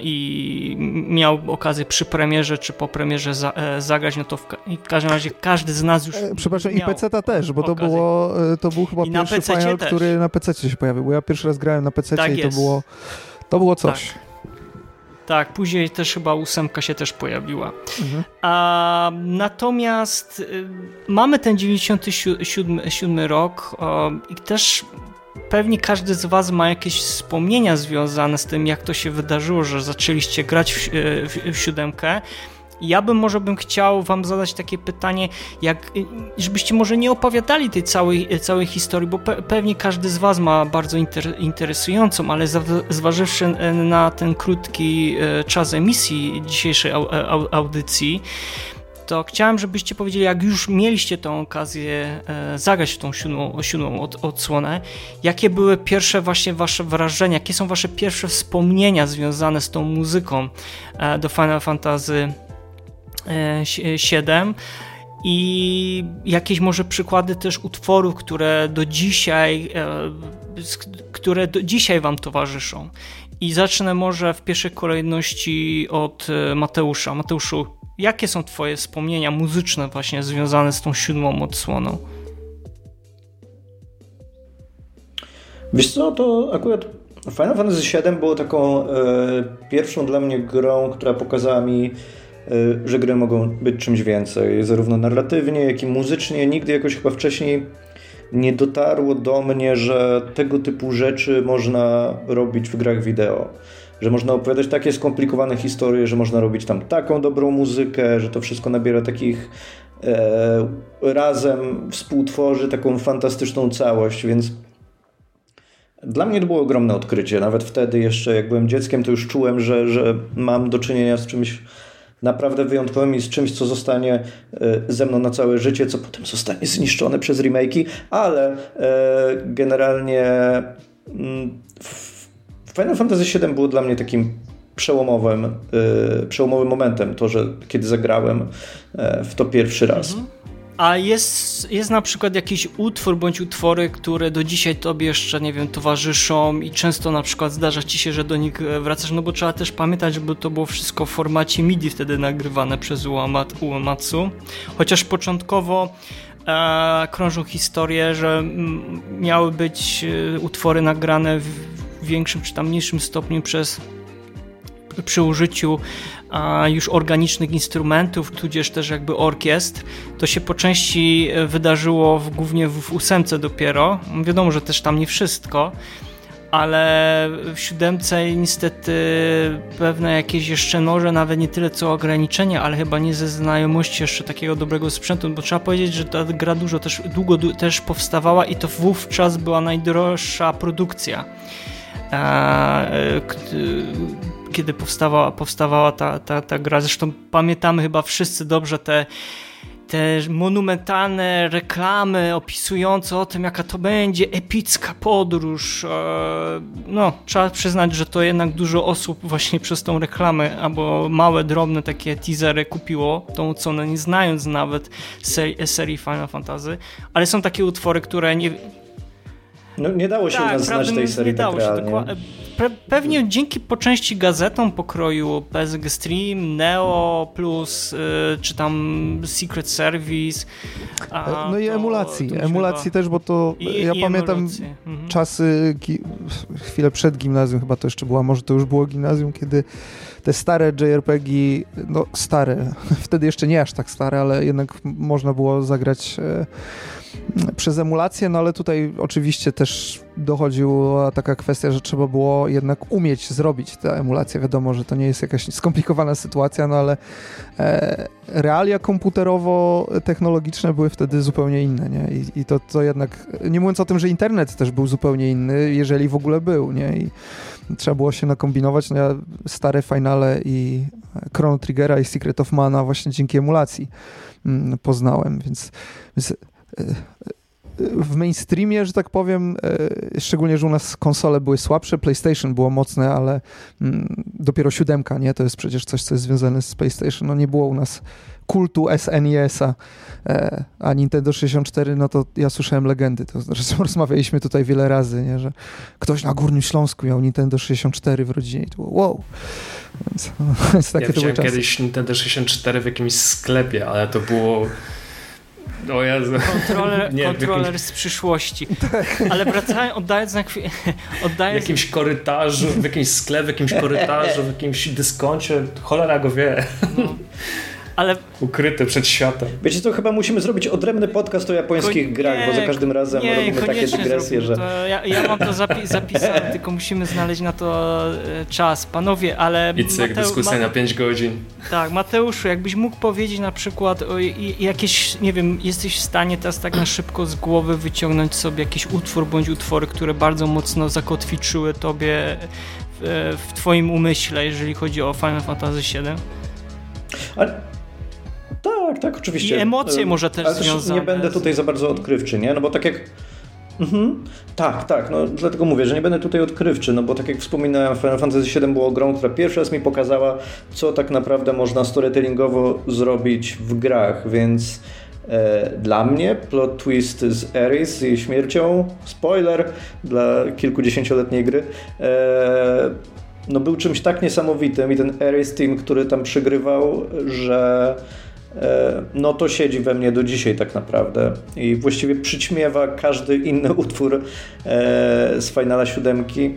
i miał okazję przy premierze czy po premierze za, zagrać, no to w, w każdym razie każdy z nas już e, Przepraszam, miał i peceta też, bo okazję. to było to był chyba I pierwszy Final, też. który na pececie się pojawił, bo ja pierwszy raz grałem na pececie tak i to jest. było, to było coś. Tak. Tak, później też chyba ósemka się też pojawiła. Mhm. A, natomiast y, mamy ten dziewięćdziesiąty siódmy rok y, i też pewnie każdy z was ma jakieś wspomnienia związane z tym, jak to się wydarzyło, że zaczęliście grać w, w, w siódemkę. Ja bym może bym chciał wam zadać takie pytanie, jak, żebyście może nie opowiadali tej całej, całej historii, bo pe, pewnie każdy z was ma bardzo inter, interesującą, ale za, zważywszy na ten krótki czas emisji dzisiejszej au, au, audycji, to chciałem, żebyście powiedzieli, jak już mieliście tę okazję e, zagrać w tą siódmą, siódmą od, odsłonę, jakie były pierwsze właśnie wasze wrażenia, jakie są wasze pierwsze wspomnienia związane z tą muzyką e, do Final Fantasy siedem i jakieś może przykłady też utworów, które do dzisiaj, które do dzisiaj wam towarzyszą. I zacznę może w pierwszej kolejności od Mateusza. Mateuszu, jakie są twoje wspomnienia muzyczne właśnie związane z tą siódmą odsłoną? Wiesz co, to akurat Final Fantasy siedem było taką e, pierwszą dla mnie grą, która pokazała mi, że gry mogą być czymś więcej, zarówno narratywnie, jak i muzycznie. Nigdy jakoś chyba wcześniej nie dotarło do mnie, że tego typu rzeczy można robić w grach wideo. Że można opowiadać takie skomplikowane historie, że można robić tam taką dobrą muzykę, że to wszystko nabiera takich e, razem współtworzy taką fantastyczną całość, więc dla mnie to było ogromne odkrycie. Nawet wtedy jeszcze, jak byłem dzieckiem, to już czułem, że, że mam do czynienia z czymś naprawdę wyjątkowym i z czymś, co zostanie ze mną na całe życie, co potem zostanie zniszczone przez remake'i, ale generalnie Final Fantasy siedem było dla mnie takim przełomowym, przełomowym momentem, to, że kiedy zagrałem w to pierwszy raz. Mhm. A jest, jest na przykład jakiś utwór bądź utwory, które do dzisiaj tobie jeszcze, nie wiem, towarzyszą i często na przykład zdarza ci się, że do nich wracasz, no bo trzeba też pamiętać, żeby to było wszystko w formacie MIDI wtedy nagrywane przez Uematsu. Chociaż początkowo e, krążą historie, że m, miały być e, utwory nagrane w większym czy tam mniejszym stopniu przez przy użyciu a, już organicznych instrumentów, tudzież też jakby orkiestr. To się po części wydarzyło w, głównie w ósemce dopiero. Wiadomo, że też tam nie wszystko, ale w siódemce niestety pewne jakieś jeszcze może nawet nie tyle co ograniczenia, ale chyba nie ze znajomości jeszcze takiego dobrego sprzętu, bo trzeba powiedzieć, że ta gra dużo też, długo też powstawała i to wówczas była najdroższa produkcja. Kiedy powstawała, powstawała ta, ta, ta gra. Zresztą pamiętamy chyba wszyscy dobrze te te monumentalne reklamy opisujące o tym, jaka to będzie epicka podróż. No, trzeba przyznać, że to jednak dużo osób właśnie przez tą reklamę albo małe, drobne takie teasery kupiło, tą ocenę nie znając nawet serii, serii Final Fantasy, ale są takie utwory, które nie... No, nie dało się tak, u nas znać tej serii nie dało tak się, dokładnie. Pe- pewnie dzięki po części gazetom pokroju P S G Stream, Neo Plus, y, czy tam Secret Service. A no i to, emulacji, to emulacji chyba... też, bo to I, ja i pamiętam mhm. czasy, gi- chwilę przed gimnazjum chyba to jeszcze była, może to już było gimnazjum, kiedy te stare J R P G, no stare, wtedy jeszcze nie aż tak stare, ale jednak można było zagrać e, przez emulację, no ale tutaj oczywiście też dochodziła taka kwestia, że trzeba było jednak umieć zrobić tę emulację. Wiadomo, że to nie jest jakaś skomplikowana sytuacja, no ale e, realia komputerowo-technologiczne były wtedy zupełnie inne, nie? I, i to, to jednak, nie mówiąc o tym, że internet też był zupełnie inny, jeżeli w ogóle był, nie? I trzeba było się nakombinować. No ja stare Finale i Chrono Triggera i Secret of Mana właśnie dzięki emulacji mm, poznałem, więc, więc e, w mainstreamie, że tak powiem, e, szczególnie, że u nas konsole były słabsze, PlayStation było mocne, ale mm, dopiero siódemka, nie? To jest przecież coś, co jest związane z PlayStation. No nie było u nas kultu S N E S-a, e, a Nintendo sześćdziesiąt cztery, no to ja słyszałem legendy. To zresztą rozmawialiśmy tutaj wiele razy, nie? Że ktoś na Górnym Śląsku miał Nintendo sześćdziesiąt cztery w rodzinie i to było wow. Więc, no, więc takie ja to były czasy. kiedyś Nintendo sześćdziesiąt cztery w jakimś sklepie, ale to było... O Jezu. Kontroler, nie, kontroler jakimś... z przyszłości. Ale wracając, oddając na chwilę... Oddając... W jakimś korytarzu, w jakimś sklepie, w jakimś korytarzu, w jakimś dyskoncie, cholera go wie. No. Ale... Ukryty przed światem. Wiecie co, chyba musimy zrobić odrębny podcast o japońskich Ko- grach, nie, bo za każdym razem nie, robimy takie dygresje, że... Ja, ja mam to zapi- zapisane, tylko musimy znaleźć na to czas. Panowie, ale... I cyk, Mateu- dyskusja na pięć godzin. Tak, Mateuszu, jakbyś mógł powiedzieć na przykład o jakieś, nie wiem, jesteś w stanie teraz tak na szybko z głowy wyciągnąć sobie jakiś utwór bądź utwory, które bardzo mocno zakotwiczyły tobie w, w twoim umyśle, jeżeli chodzi o Final Fantasy siedem? Ale... Tak, tak, oczywiście. I emocje może też ale związane. Też nie będę tutaj za bardzo odkrywczy, nie? No bo tak jak... Mhm. Tak, tak, no dlatego mówię, że nie będę tutaj odkrywczy, no bo tak jak wspominałem, Final Fantasy siedem było grą, która pierwszy raz mi pokazała, co tak naprawdę można storytellingowo zrobić w grach, więc e, dla mnie plot twist z Aeris i śmiercią, spoiler dla kilkudziesięcioletniej gry, e, no był czymś tak niesamowitym i ten Aeris team, który tam przygrywał, że no to siedzi we mnie do dzisiaj tak naprawdę i właściwie przyćmiewa każdy inny utwór z Finala siódemki.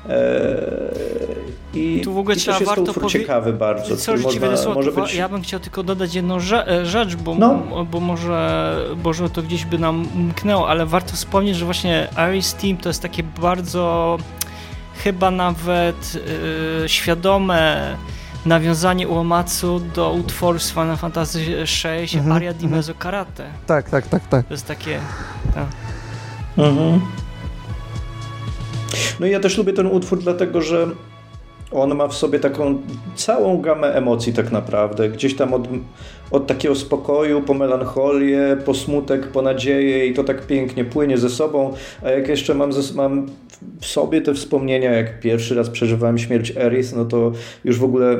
I, tu w ogóle i trzeba też jest warto to utwór powie- ciekawy bardzo. Co, że można, słowa, może być... Ja bym chciał tylko dodać jedną rzecz, bo, no. bo może, może to gdzieś by nam umknęło, ale warto wspomnieć, że właśnie Aeris Team to jest takie bardzo chyba nawet yy, świadome nawiązanie Uematsu do utworu z Final Fantasy sześć, mhm, Aria di Mezzo Karate. Tak, tak, tak, tak. To jest takie... Tak. Mhm. No i ja też lubię ten utwór, dlatego że on ma w sobie taką całą gamę emocji tak naprawdę. Gdzieś tam od, od takiego spokoju, po melancholię, po smutek, po nadzieję i to tak pięknie płynie ze sobą. A jak jeszcze mam, ze, mam w sobie te wspomnienia, jak pierwszy raz przeżywałem śmierć Aeris, no to już w ogóle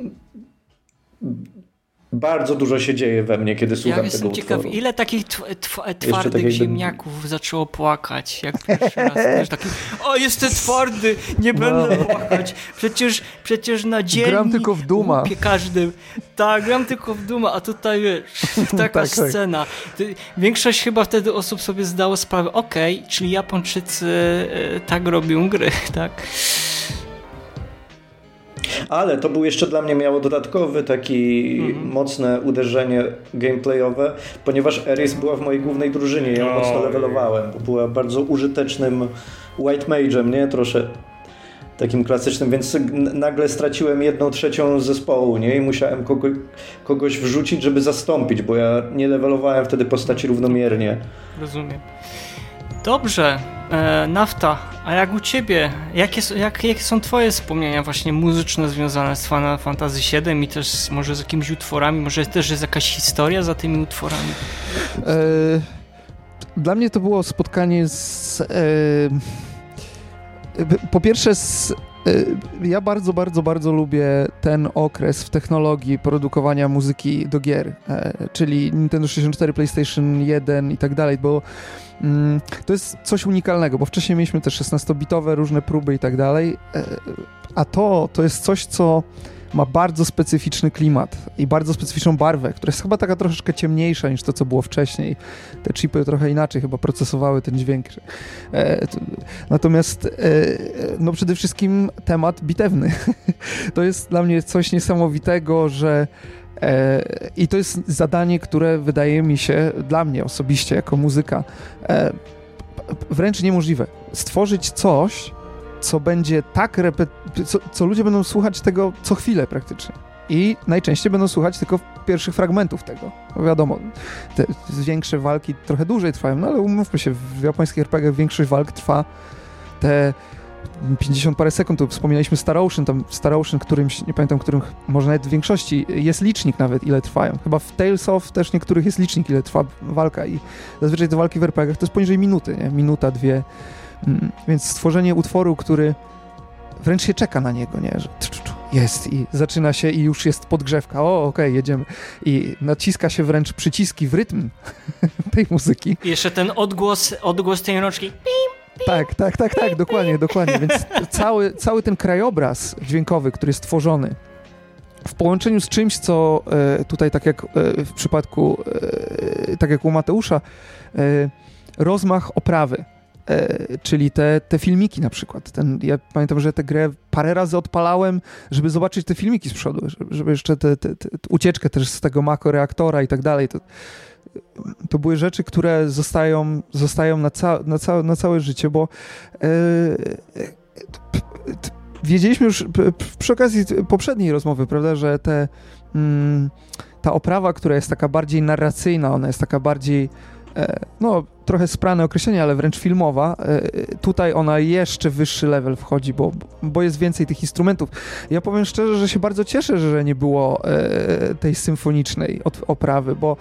bardzo dużo się dzieje we mnie, kiedy słucham ja tego jestem ciekaw, utworu. ile takich tw- tw- twardych tak jakby... ziemniaków zaczęło płakać, jak pierwszy raz też taki, o jestem twardy, nie będę no. płakać, przecież, przecież na dzielni gram tylko w Duma. Łupie każdym, tak, gram tylko w Duma, a tutaj wiesz, taka tak, scena. Tak. Większość chyba wtedy osób sobie zdało sprawę, okej, okay, czyli Japończycy y, tak robią gry, tak? Ale to był jeszcze dla mnie, miało dodatkowy taki mm. mocne uderzenie gameplayowe, ponieważ Aeris była w mojej głównej drużynie, ja ją oh, mocno levelowałem, bo była bardzo użytecznym white mage'em, nie? Trosze takim klasycznym, więc nagle straciłem jedną trzecią zespołu, nie? I musiałem kogo, kogoś wrzucić, żeby zastąpić, bo ja nie levelowałem wtedy postaci równomiernie. Rozumiem. Dobrze. E, Nafta, a jak u ciebie? Jakie, jak, jakie są twoje wspomnienia właśnie muzyczne związane z Final Fantasy siedem i też może z jakimiś utworami? Może też jest jakaś historia za tymi utworami? E, dla mnie to było spotkanie z... E, po pierwsze z... Ja bardzo, bardzo, bardzo lubię ten okres w technologii produkowania muzyki do gier, czyli Nintendo sześćdziesiąt cztery, PlayStation jeden i tak dalej, bo mm, to jest coś unikalnego, bo wcześniej mieliśmy też szesnastobitowe różne próby i tak dalej, a to, to jest coś, co ma bardzo specyficzny klimat i bardzo specyficzną barwę, która jest chyba taka troszeczkę ciemniejsza niż to, co było wcześniej. Te chipy trochę inaczej chyba procesowały ten dźwięk. E, to, natomiast e, no przede wszystkim temat bitewny. To jest dla mnie coś niesamowitego, że e, i to jest zadanie, które wydaje mi się dla mnie osobiście jako muzyka e, wręcz niemożliwe. Stworzyć coś, co będzie tak repet- co, co ludzie będą słuchać tego co chwilę praktycznie. I najczęściej będą słuchać tylko pierwszych fragmentów tego. No wiadomo, te większe walki trochę dłużej trwają, no ale umówmy się, w japońskich er pe gie większość walk trwa te pięćdziesiąt parę sekund. Tu wspominaliśmy Star Ocean, tam Star Ocean, którymś, nie pamiętam, którym może nawet w większości jest licznik nawet, ile trwają. Chyba w Tales of też niektórych jest licznik, ile trwa walka i zazwyczaj te walki w er pe giach to jest poniżej minuty, nie? Minuta, dwie. Więc stworzenie utworu, który wręcz się czeka na niego, nie? Że jest i zaczyna się i już jest podgrzewka, o okej, okay, jedziemy. I naciska się wręcz przyciski w rytm tej muzyki. I jeszcze ten odgłos, odgłos tej rączki. Tak, tak, tak, tak, dokładnie, dokładnie. Więc cały, cały ten krajobraz dźwiękowy, który jest tworzony w połączeniu z czymś, co e, tutaj tak jak e, w przypadku, e, tak jak u Mateusza, e, rozmach oprawy. E, czyli te, te filmiki na przykład. Ten, ja pamiętam, że tę grę parę razy odpalałem, żeby zobaczyć te filmiki z przodu, żeby, żeby jeszcze tę te, te, te, ucieczkę też z tego makoreaktora i tak dalej. To, to były rzeczy, które zostają, zostają na, ca, na, ca, na całe życie, bo e, e, wiedzieliśmy już p, p, przy okazji poprzedniej rozmowy, prawda, że te, mm, ta oprawa, która jest taka bardziej narracyjna, ona jest taka bardziej no, trochę sprane określenie, ale wręcz filmowa. Tutaj ona jeszcze wyższy level wchodzi, bo, bo jest więcej tych instrumentów. Ja powiem szczerze, że się bardzo cieszę, że nie było tej symfonicznej oprawy, bo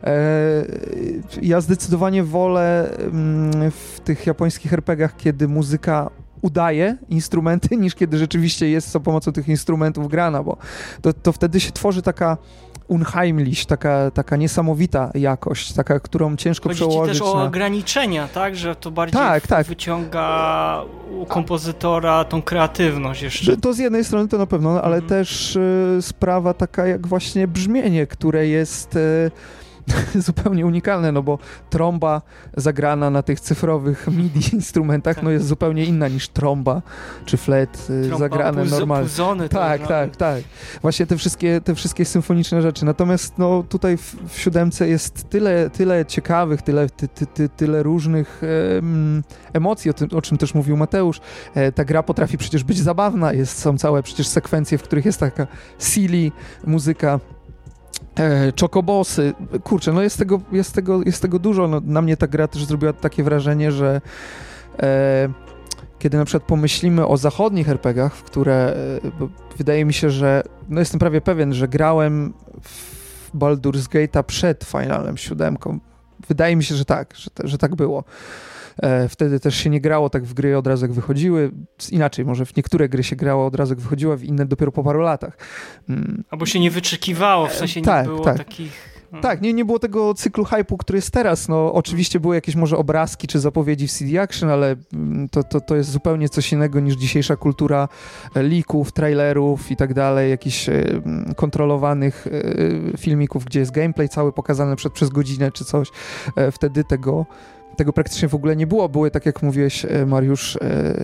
ja zdecydowanie wolę w tych japońskich er pe giach, kiedy muzyka udaje instrumenty, niż kiedy rzeczywiście jest za pomocą tych instrumentów grana, bo to, to wtedy się tworzy taka unheimlich, taka, taka niesamowita jakość, taka, którą ciężko Chodzi przełożyć. Chodzi też o na... ograniczenia, tak? Że to bardziej tak, tak. wyciąga u kompozytora tą kreatywność jeszcze. To z jednej strony to na pewno, ale mhm. też y, sprawa taka jak właśnie brzmienie, które jest y, zupełnie unikalne, no bo trąba zagrana na tych cyfrowych MIDI instrumentach, tak. no jest zupełnie inna niż trąba czy flet trąba, zagrane normalnie. Puzony, tak, tak, tak, tak. Właśnie te wszystkie, te wszystkie symfoniczne rzeczy. Natomiast no tutaj w, w siódemce jest tyle, tyle ciekawych, tyle, ty, ty, ty, tyle różnych em, emocji, o, tym, o czym też mówił Mateusz. E, ta gra potrafi przecież być zabawna, jest, są całe przecież sekwencje, w których jest taka silly muzyka. E, Chocobosy, kurczę, no jest tego, jest tego, jest tego dużo. No, na mnie ta gra też zrobiła takie wrażenie, że e, kiedy na przykład pomyślimy o zachodnich er pe giach, w które e, bo wydaje mi się, że no jestem prawie pewien, że grałem w Baldur's Gate'a przed Finalem siódemką. Wydaje mi się, że tak, że, że tak było. E, wtedy też się nie grało tak w gry od razu jak wychodziły. Inaczej, może w niektóre gry się grało od razu jak wychodziła, w inne dopiero po paru latach. Mm. Albo się nie wyczekiwało, w sensie nie tak, było tak. takich... Tak, nie, nie było tego cyklu hype'u, który jest teraz. No, oczywiście były jakieś może obrazki czy zapowiedzi w C D Action, ale to, to, to jest zupełnie coś innego niż dzisiejsza kultura leaków, trailerów i tak dalej, jakichś e, kontrolowanych e, filmików, gdzie jest gameplay cały pokazany przed, przez godzinę czy coś. E, wtedy tego Tego praktycznie w ogóle nie było. Były, tak jak mówiłeś, Mariusz,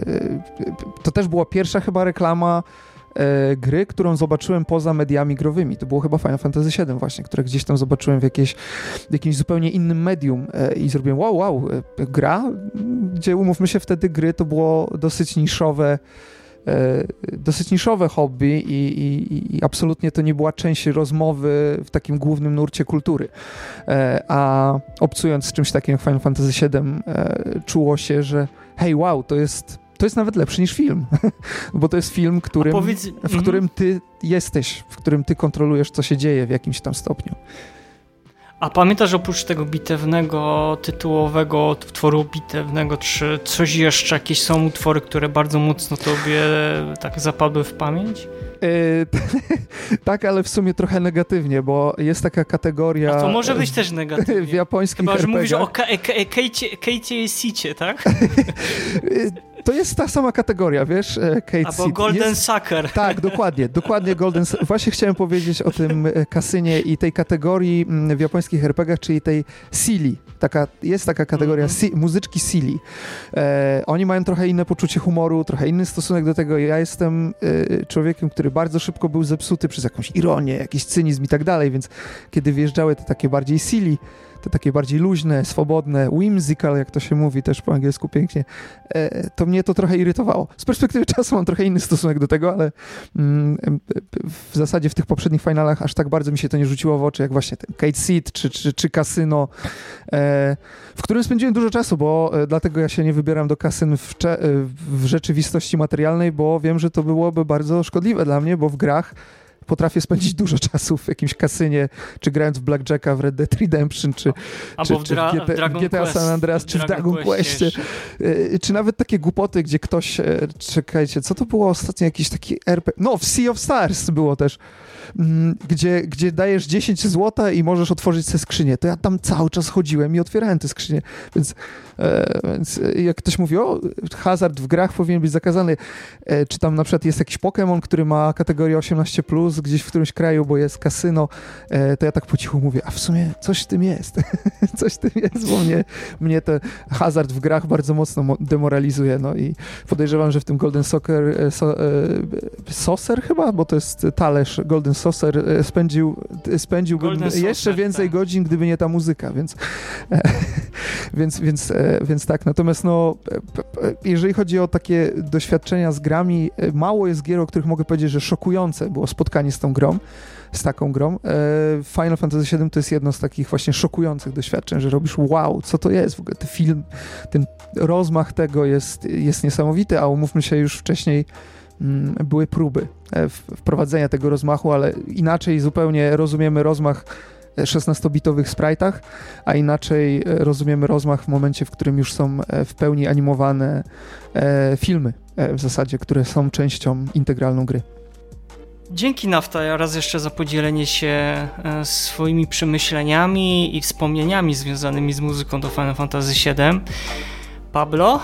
to też była pierwsza chyba reklama gry, którą zobaczyłem poza mediami growymi. To było chyba Final Fantasy siedem właśnie, które gdzieś tam zobaczyłem w, jakieś, w jakimś zupełnie innym medium i zrobiłem wow, wow, gra, gdzie umówmy się, wtedy gry to było dosyć niszowe dosyć niszowe hobby i, i, i absolutnie to nie była część rozmowy w takim głównym nurcie kultury. A obcując z czymś takim jak Final Fantasy siedem, czuło się, że hej, wow, to jest, to jest nawet lepszy niż film, bo to jest film, którym, powiedz... w którym ty jesteś, w którym ty kontrolujesz, co się dzieje w jakimś tam stopniu. A pamiętasz oprócz tego bitewnego, tytułowego utworu bitewnego, czy coś jeszcze, jakieś są utwory, które bardzo mocno tobie tak zapadły w pamięć? Yy, tak, ale w sumie trochę negatywnie, bo jest taka kategoria... A to może być też negatywnie. W japońskich Chyba, że er pe gie. mówisz o Keiichi Sicie, tak? To jest ta sama kategoria, wiesz? Kate Albo Seed. Golden jest... Sucker. Tak, dokładnie, dokładnie Golden Właśnie chciałem powiedzieć o tym kasynie i tej kategorii w japońskich er pe gie ach, czyli tej Silly. Taka, jest taka kategoria mm-hmm. si, muzyczki Silly. E, oni mają trochę inne poczucie humoru, trochę inny stosunek do tego. Ja jestem e, człowiekiem, który bardzo szybko był zepsuty przez jakąś ironię, jakiś cynizm i tak dalej, więc kiedy wjeżdżały te takie bardziej Silly, te takie bardziej luźne, swobodne, whimsical, jak to się mówi też po angielsku pięknie, to mnie to trochę irytowało. Z perspektywy czasu mam trochę inny stosunek do tego, ale w zasadzie w tych poprzednich finalach aż tak bardzo mi się to nie rzuciło w oczy, jak właśnie ten Kate Seed czy, czy, czy kasyno, w którym spędziłem dużo czasu, bo dlatego ja się nie wybieram do kasyn w, w rzeczywistości materialnej, bo wiem, że to byłoby bardzo szkodliwe dla mnie, bo w grach potrafię spędzić dużo czasu w jakimś kasynie, czy grając w Blackjacka, w Red Dead Redemption, czy, czy, w, dra- czy w, G T, w G T A San Andreas, czy w Dragon Questie, czy nawet takie głupoty, gdzie ktoś, czekajcie, co to było ostatnio, jakiś taki er pe gie, no w Sea of Stars było też, gdzie, gdzie dajesz dziesięć złota i możesz otworzyć sobie skrzynię. To ja tam cały czas chodziłem i otwierałem te skrzynie, więc, e, więc jak ktoś mówi, o, hazard w grach powinien być zakazany, e, czy tam na przykład jest jakiś Pokémon, który ma kategorię osiemnaście plus, gdzieś w którymś kraju, bo jest kasyno, e, to ja tak po cichu mówię, a w sumie coś w tym jest. coś w tym jest, bo mnie, mnie ten hazard w grach bardzo mocno demoralizuje, no i podejrzewam, że w tym Golden Soccer e, so, e, Saucer chyba, bo to jest talerz Golden Saucer, spędził, spędziłbym Golden jeszcze Saucer, więcej tak. godzin, gdyby nie ta muzyka, więc, e, więc, więc, e, więc tak. Natomiast no, jeżeli chodzi o takie doświadczenia z grami, mało jest gier, o których mogę powiedzieć, że szokujące było spotkanie z tą grą, z taką grą. E, Final Fantasy siedem to jest jedno z takich właśnie szokujących doświadczeń, że robisz wow, co to jest w ogóle, ten film, ten rozmach tego jest, jest niesamowity, a umówmy się, już wcześniej były próby wprowadzenia tego rozmachu, ale inaczej zupełnie rozumiemy rozmach szesnastobitowych sprite'ach, a inaczej rozumiemy rozmach w momencie, w którym już są w pełni animowane filmy w zasadzie, które są częścią integralną gry. Dzięki Nafta raz jeszcze za podzielenie się swoimi przemyśleniami i wspomnieniami związanymi z muzyką do Final Fantasy siedem. Pablo?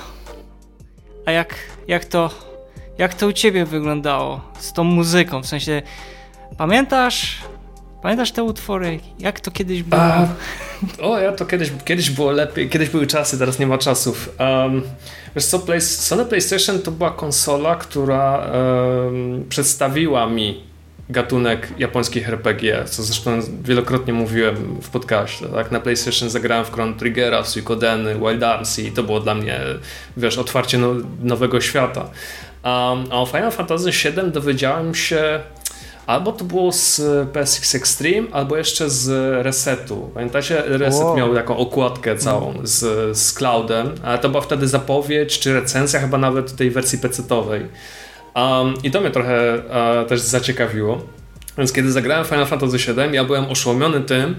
A jak, jak to Jak to u ciebie wyglądało z tą muzyką? W sensie, pamiętasz? Pamiętasz te utwory? Jak to kiedyś było? A, o, ja to kiedyś, kiedyś było lepiej. Kiedyś były czasy, teraz nie ma czasów. Um, wiesz co, Play, Sony PlayStation to była konsola, która um, przedstawiła mi gatunek japońskich er pe gie, co zresztą wielokrotnie mówiłem w podcaście. Tak? Na PlayStation zagrałem w Chrono Triggera, w Suikodeny, Wild Arms i to było dla mnie, wiesz, otwarcie no, nowego świata. Um, a o Final Fantasy siedem dowiedziałem się albo to było z P S X Extreme, albo jeszcze z Resetu. Pamiętacie? Reset wow. miał taką okładkę całą z, z Cloudem, ale to była wtedy zapowiedź, czy recenzja chyba nawet tej wersji pecetowej. Um, I to mnie trochę uh, też zaciekawiło. Więc kiedy zagrałem Final Fantasy siedem, ja byłem oszołomiony tym,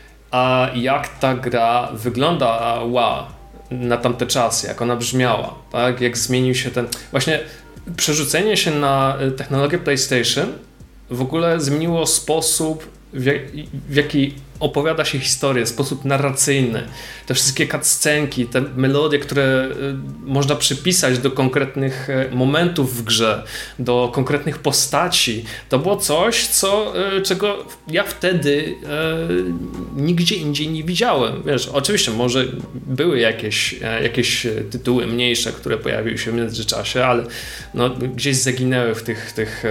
a jak ta gra wygląda, wow, na tamte czasy, jak ona brzmiała, tak? Jak zmienił się ten... Właśnie przerzucenie się na technologię PlayStation w ogóle zmieniło sposób, w, jak, w jaki opowiada się historię, sposób narracyjny. Te wszystkie cutscenki, te melodie, które można przypisać do konkretnych momentów w grze, do konkretnych postaci. To było coś, co, czego ja wtedy e, nigdzie indziej nie widziałem. Wiesz, oczywiście może były jakieś, jakieś tytuły mniejsze, które pojawiły się w międzyczasie, ale no, gdzieś zaginęły w tych, tych,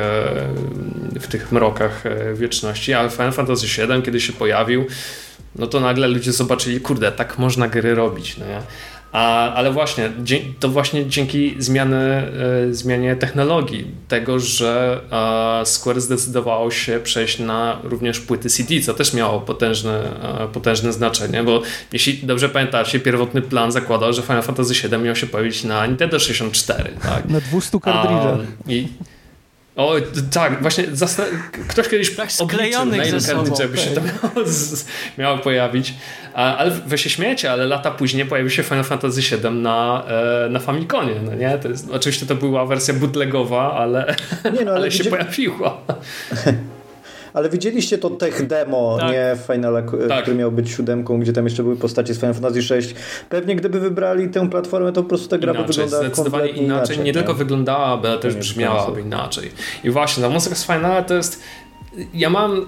w tych mrokach wieczności. Ale Final Fantasy siedem, kiedy się pojawił, no to nagle ludzie zobaczyli, kurde, tak można gry robić, no nie? A, ale właśnie, to właśnie dzięki zmiany, zmianie technologii, tego, że Square zdecydowało się przejść na również płyty C D, co też miało potężne, potężne znaczenie, bo jeśli dobrze pamiętacie, pierwotny plan zakładał, że Final Fantasy siedem miał się pojawić na Nintendo sześćdziesiąt cztery. Tak? Na dwustu kartridżach. I O, tak, właśnie zastan- ktoś kiedyś tak obliczył, na ile kartridże by się to miało, z- miało pojawić. A, ale wy się śmiejecie, ale lata później pojawił się Final Fantasy siedem na, e, na Famiconie, no nie? To jest, oczywiście to była wersja bootlegowa, ale, nie, no, ale, ale się widzi... pojawiła. Ale widzieliście to tech demo, tak. nie Finala, tak. który miał być siódemką, gdzie tam jeszcze były postacie z Final Fantasy sześć. Pewnie gdyby wybrali tę platformę, to po prostu ta gra by wyglądała zdecydowanie inaczej. inaczej. Nie, nie tylko wyglądałaby, ale też brzmiałaby inaczej. I właśnie, ta muzyka z Finala to jest... Ja mam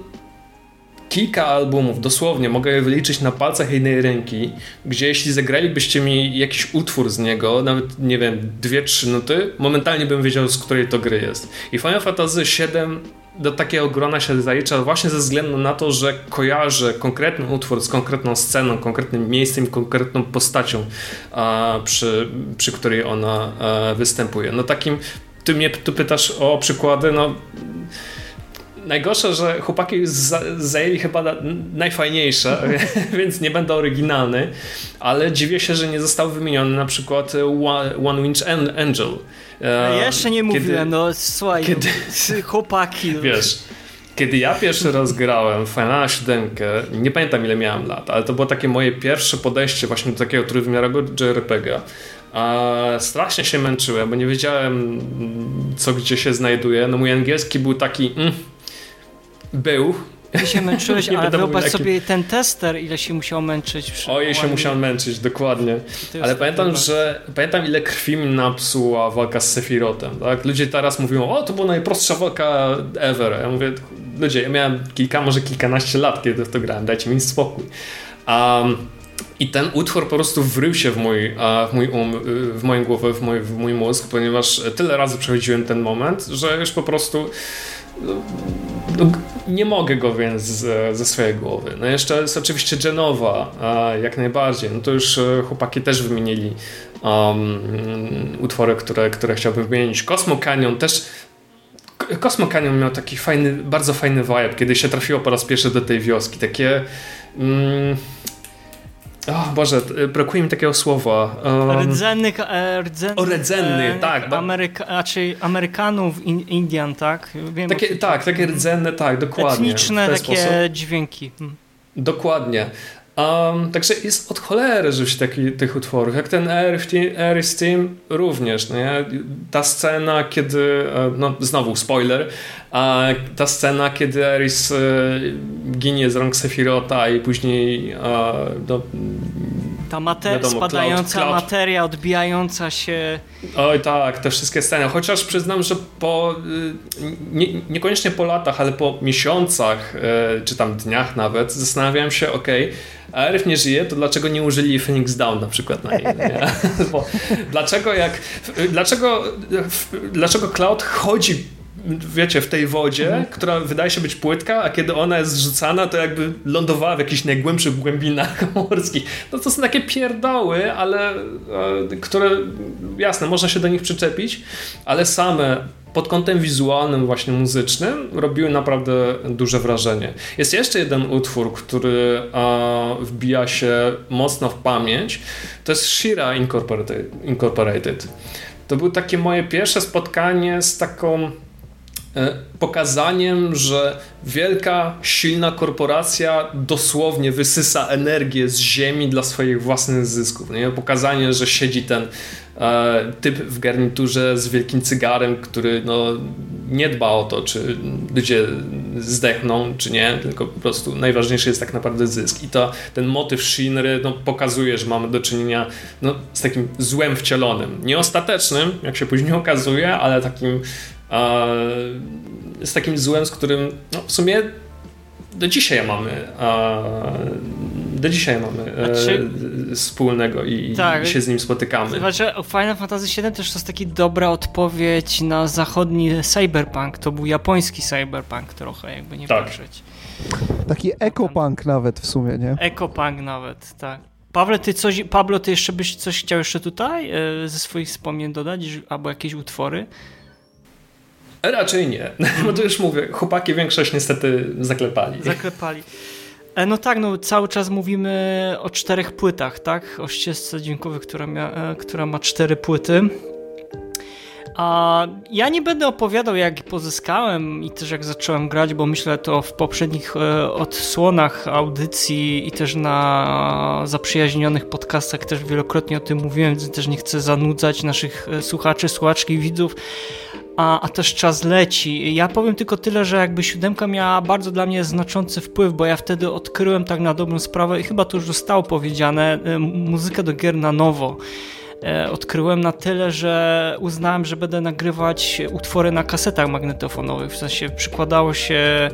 kilka albumów, dosłownie, mogę je wyliczyć na palcach jednej ręki, gdzie jeśli zagralibyście mi jakiś utwór z niego, nawet, nie wiem, dwie, trzy nuty, momentalnie bym wiedział, z której to gry jest. I Final Fantasy siedem do takiego grona się zalicza właśnie ze względu na to, że kojarzę konkretny utwór z konkretną sceną, konkretnym miejscem, konkretną postacią, a, przy, przy której ona a, występuje. No takim, ty mnie tu pytasz o przykłady, no najgorsze, że chłopaki zajęli chyba najfajniejsze, więc nie będę oryginalny, ale dziwię się, że nie został wymieniony na przykład One Winged Angel. Ja jeszcze nie kiedy, mówiłem, no słuchaj, kiedy, chłopaki. Wiesz, kiedy ja pierwszy raz grałem w Finala siedem, nie pamiętam ile miałem lat, ale to było takie moje pierwsze podejście właśnie do takiego trójwymiarowego J R P G. A strasznie się męczyłem, bo nie wiedziałem, co gdzie się znajduje. No mój angielski był taki... Mm, był. Ty się męczyłeś, ale wyobraź sobie ten tester, ile się musiał męczyć. Przy Ojej, się musiał męczyć, dokładnie. Ale pamiętam, że pamiętam ile krwi mi napsuła walka z Sephirotem. Tak? Ludzie teraz mówią, o to była najprostsza walka ever. Ja mówię, ludzie, ja miałem kilka, może kilkanaście lat, kiedy w to grałem, dajcie mi spokój. Um, I ten utwór po prostu wrył się w mój, w mój um, w moją głowę, w mój, w mój mózg, ponieważ tyle razy przechodziłem ten moment, że już po prostu no, no, nie mogę go więc z, ze swojej głowy. No jeszcze jest oczywiście Genova, jak najbardziej. No to już chłopaki też wymienili um, utwory, które, które chciałbym wymienić. Cosmo Canyon też. Cosmo Canyon miał taki fajny, bardzo fajny vibe, kiedy się trafiło po raz pierwszy do tej wioski. Takie... Mm, O Boże, brakuje mi takiego słowa. Um, rdzennych, e, rdzennych, o rdzennych, tak. Ameryka, raczej Amerykanów, in, Indian, tak? Wiem, takie, tak, takie rdzenne, tak, dokładnie. Etniczne takie sposób. Dźwięki. Hmm. Dokładnie. Um, także jest od cholery żyć taki, tych utworów. Jak ten Aeris Team również. No nie? Ta scena, kiedy, no znowu spoiler, a ta scena, kiedy Aeris ginie z rąk Sephirota i później no, ta mater- wiadomo, spadająca Cloud, Cloud. materia, odbijająca się. Oj tak, te wszystkie sceny. Chociaż przyznam, że po nie, niekoniecznie po latach, ale po miesiącach, czy tam dniach nawet, zastanawiałem się, okej, okay, Aerith nie żyje, to dlaczego nie użyli Phoenix Down na przykład na niej? Nie? Bo dlaczego jak dlaczego, dlaczego Cloud chodzi, wiecie, w tej wodzie, mhm. która wydaje się być płytka, a kiedy ona jest zrzucana, to jakby lądowała w jakichś najgłębszych głębinach morskich. No to są takie pierdoły, ale e, które, jasne, można się do nich przyczepić, ale same pod kątem wizualnym, właśnie muzycznym, robiły naprawdę duże wrażenie. Jest jeszcze jeden utwór, który e, wbija się mocno w pamięć. To jest She-Ra Incorporated. Incorporated. To było takie moje pierwsze spotkanie z taką pokazaniem, że wielka, silna korporacja dosłownie wysysa energię z ziemi dla swoich własnych zysków. Nie? Pokazanie, że siedzi ten e, typ w garniturze z wielkim cygarem, który no, nie dba o to, czy ludzie zdechną, czy nie, tylko po prostu najważniejszy jest tak naprawdę zysk. I to, ten motyw Shinry no, pokazuje, że mamy do czynienia no, z takim złem wcielonym. Nie ostatecznym, jak się później okazuje, ale takim z takim złem, z którym no, w sumie do dzisiaj mamy do dzisiaj mamy znaczy, wspólnego i, tak, i się z nim spotykamy. Znaczy, Final Fantasy siedem też to jest taka dobra odpowiedź na zachodni cyberpunk. To był japoński cyberpunk trochę, jakby nie tak. patrzeć. Taki ekopunk nawet w sumie, nie? Ekopunk nawet, tak. Pawle, ty coś, Pablo, ty jeszcze byś coś chciał jeszcze tutaj e, ze swoich wspomnień dodać, albo jakieś utwory? Raczej nie, bo to już mówię, chłopaki większość niestety zaklepali. Zaklepali. E, no tak, no cały czas mówimy o czterech płytach, tak? O ścieżce dźwiękowej, która, mia, e, która ma cztery płyty. A ja nie będę opowiadał, jak pozyskałem i też jak zacząłem grać, bo myślę to w poprzednich e, odsłonach audycji i też na zaprzyjaźnionych podcastach też wielokrotnie o tym mówiłem, więc też nie chcę zanudzać naszych słuchaczy, słuchaczki, widzów, a, a też czas leci. Ja powiem tylko tyle, że jakby siódemka miała bardzo dla mnie znaczący wpływ, bo ja wtedy odkryłem tak na dobrą sprawę i chyba to już zostało powiedziane, e, muzykę do gier na nowo. Odkryłem na tyle, że uznałem, że będę nagrywać utwory na kasetach magnetofonowych, w sensie przykładało się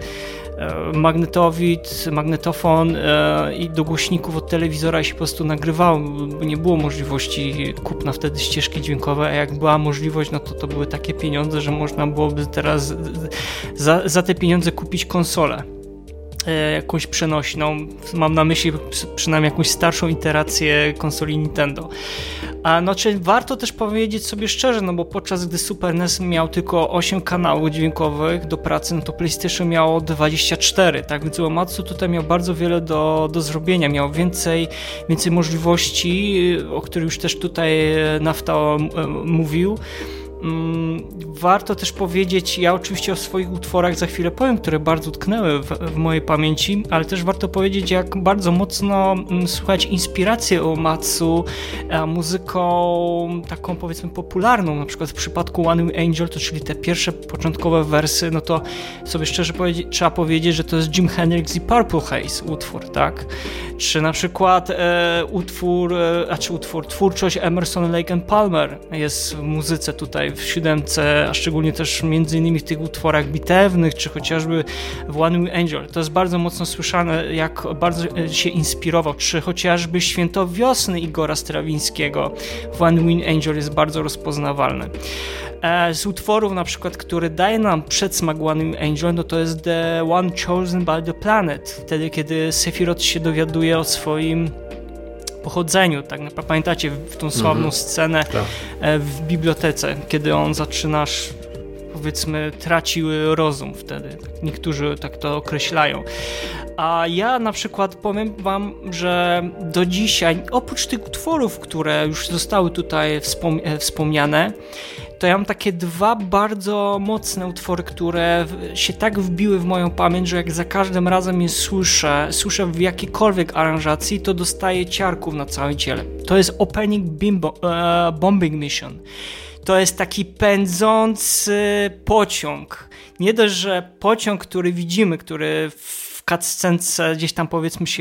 magnetowid, magnetofon i do głośników od telewizora i się po prostu nagrywało. Nie było możliwości kupna wtedy ścieżki dźwiękowej, a jak była możliwość, no to to były takie pieniądze, że można byłoby teraz za, za te pieniądze kupić konsolę. Jakąś przenośną, mam na myśli przynajmniej jakąś starszą iterację konsoli Nintendo. A no, czyli warto też powiedzieć sobie szczerze, no bo podczas gdy Super N E S miał tylko osiem kanałów dźwiękowych do pracy, no to PlayStation miało dwadzieścia cztery, tak więc Uematsu tutaj miał bardzo wiele do, do zrobienia, miał więcej, więcej możliwości, o których już też tutaj Nafta mówił. Warto też powiedzieć, ja oczywiście o swoich utworach za chwilę powiem, które bardzo utknęły w, w mojej pamięci, ale też warto powiedzieć, jak bardzo mocno słuchać inspirację Uematsu muzyką taką powiedzmy popularną, na przykład w przypadku One Wing Angel, to czyli te pierwsze początkowe wersy, no to sobie szczerze powiedzieć, trzeba powiedzieć, że to jest Jim Hendrix i Purple Haze utwór, tak? Czy na przykład e, utwór, e, a czy utwór, twórczość Emerson, Lake and Palmer jest w muzyce tutaj w siódemce, a szczególnie też między innymi w tych utworach bitewnych, czy chociażby w One Wing Angel. To jest bardzo mocno słyszane, jak bardzo się inspirował, czy chociażby Święto Wiosny Igora Strawińskiego w One Wing Angel jest bardzo rozpoznawalne. Z utworów na przykład, który daje nam przedsmak One Wing Angel, no to jest The One Chosen by the Planet. Wtedy, kiedy Sephiroth się dowiaduje o swoim pochodzeniu, tak naprawdę pamiętacie w tą sławną mm-hmm. scenę tak. w bibliotece, kiedy on zaczynasz, powiedzmy, tracił rozum wtedy. Niektórzy tak to określają. A ja na przykład powiem wam, że do dzisiaj, oprócz tych utworów, które już zostały tutaj wspom- wspomniane, to ja mam takie dwa bardzo mocne utwory, które się tak wbiły w moją pamięć, że jak za każdym razem je słyszę, słyszę w jakiejkolwiek aranżacji, to dostaję ciarków na całym ciele. To jest Opening Bimbo, e, Bombing Mission. To jest taki pędzący pociąg. Nie dość, że pociąg, który widzimy, który w cutscence gdzieś tam powiedzmy się e,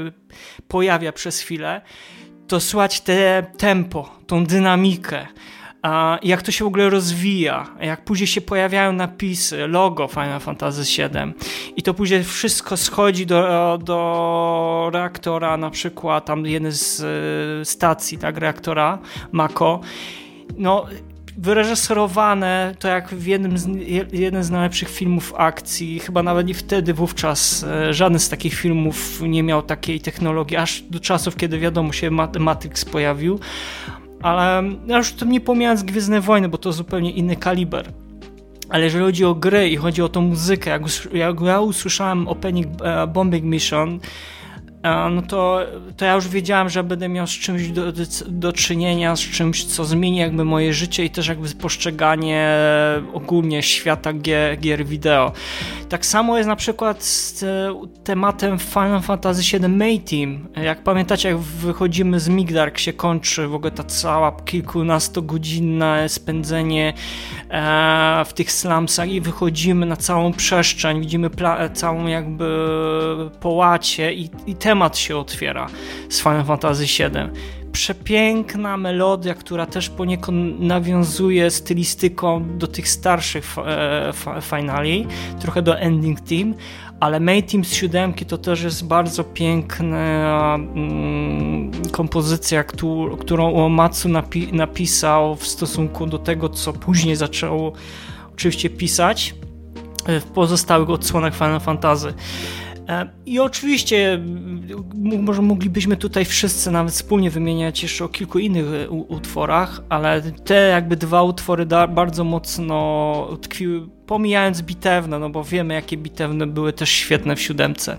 pojawia przez chwilę, to słychać te tempo, tą dynamikę. A jak to się w ogóle rozwija, jak później się pojawiają napisy, logo Final Fantasy siedem i to później wszystko schodzi do, do reaktora, na przykład tam jeden z stacji, tak, reaktora Mako, no wyreżyserowane to jak w jednym z, jeden z najlepszych filmów akcji, chyba nawet i wtedy wówczas żaden z takich filmów nie miał takiej technologii, aż do czasów, kiedy wiadomo się Matrix pojawił. Ale ja już to nie pomijając Gwiezdne Wojny, bo to zupełnie inny kaliber. Ale jeżeli chodzi o gry i chodzi o tą muzykę, jak, jak ja usłyszałem Opening Bombing Mission, no to, to ja już wiedziałem, że będę miał z czymś do, do, do czynienia, z czymś, co zmieni jakby moje życie i też jakby postrzeganie ogólnie świata gier, gier wideo. Tak samo jest na przykład z tematem Final Fantasy siedem Mayteam. Jak pamiętacie, jak wychodzimy z Migdark, się kończy w ogóle ta cała kilkunastogodzinne spędzenie e, w tych slumsach i wychodzimy na całą przestrzeń, widzimy pla- całą jakby połacie i, i temat się otwiera z Final Fantasy siedem. Przepiękna melodia, która też poniekąd nawiązuje stylistyką do tych starszych e, fa- finali, trochę do Ending Theme, ale Mayteam z siódemki to też jest bardzo piękna mm, kompozycja, któ- którą Uematsu napi- napisał w stosunku do tego, co później zaczął oczywiście pisać w pozostałych odsłonach Final Fantasy. I oczywiście może moglibyśmy tutaj wszyscy nawet wspólnie wymieniać jeszcze o kilku innych utworach, ale te jakby dwa utwory bardzo mocno tkwiły, pomijając bitewne, no bo wiemy, jakie bitewne były też świetne w siódemce.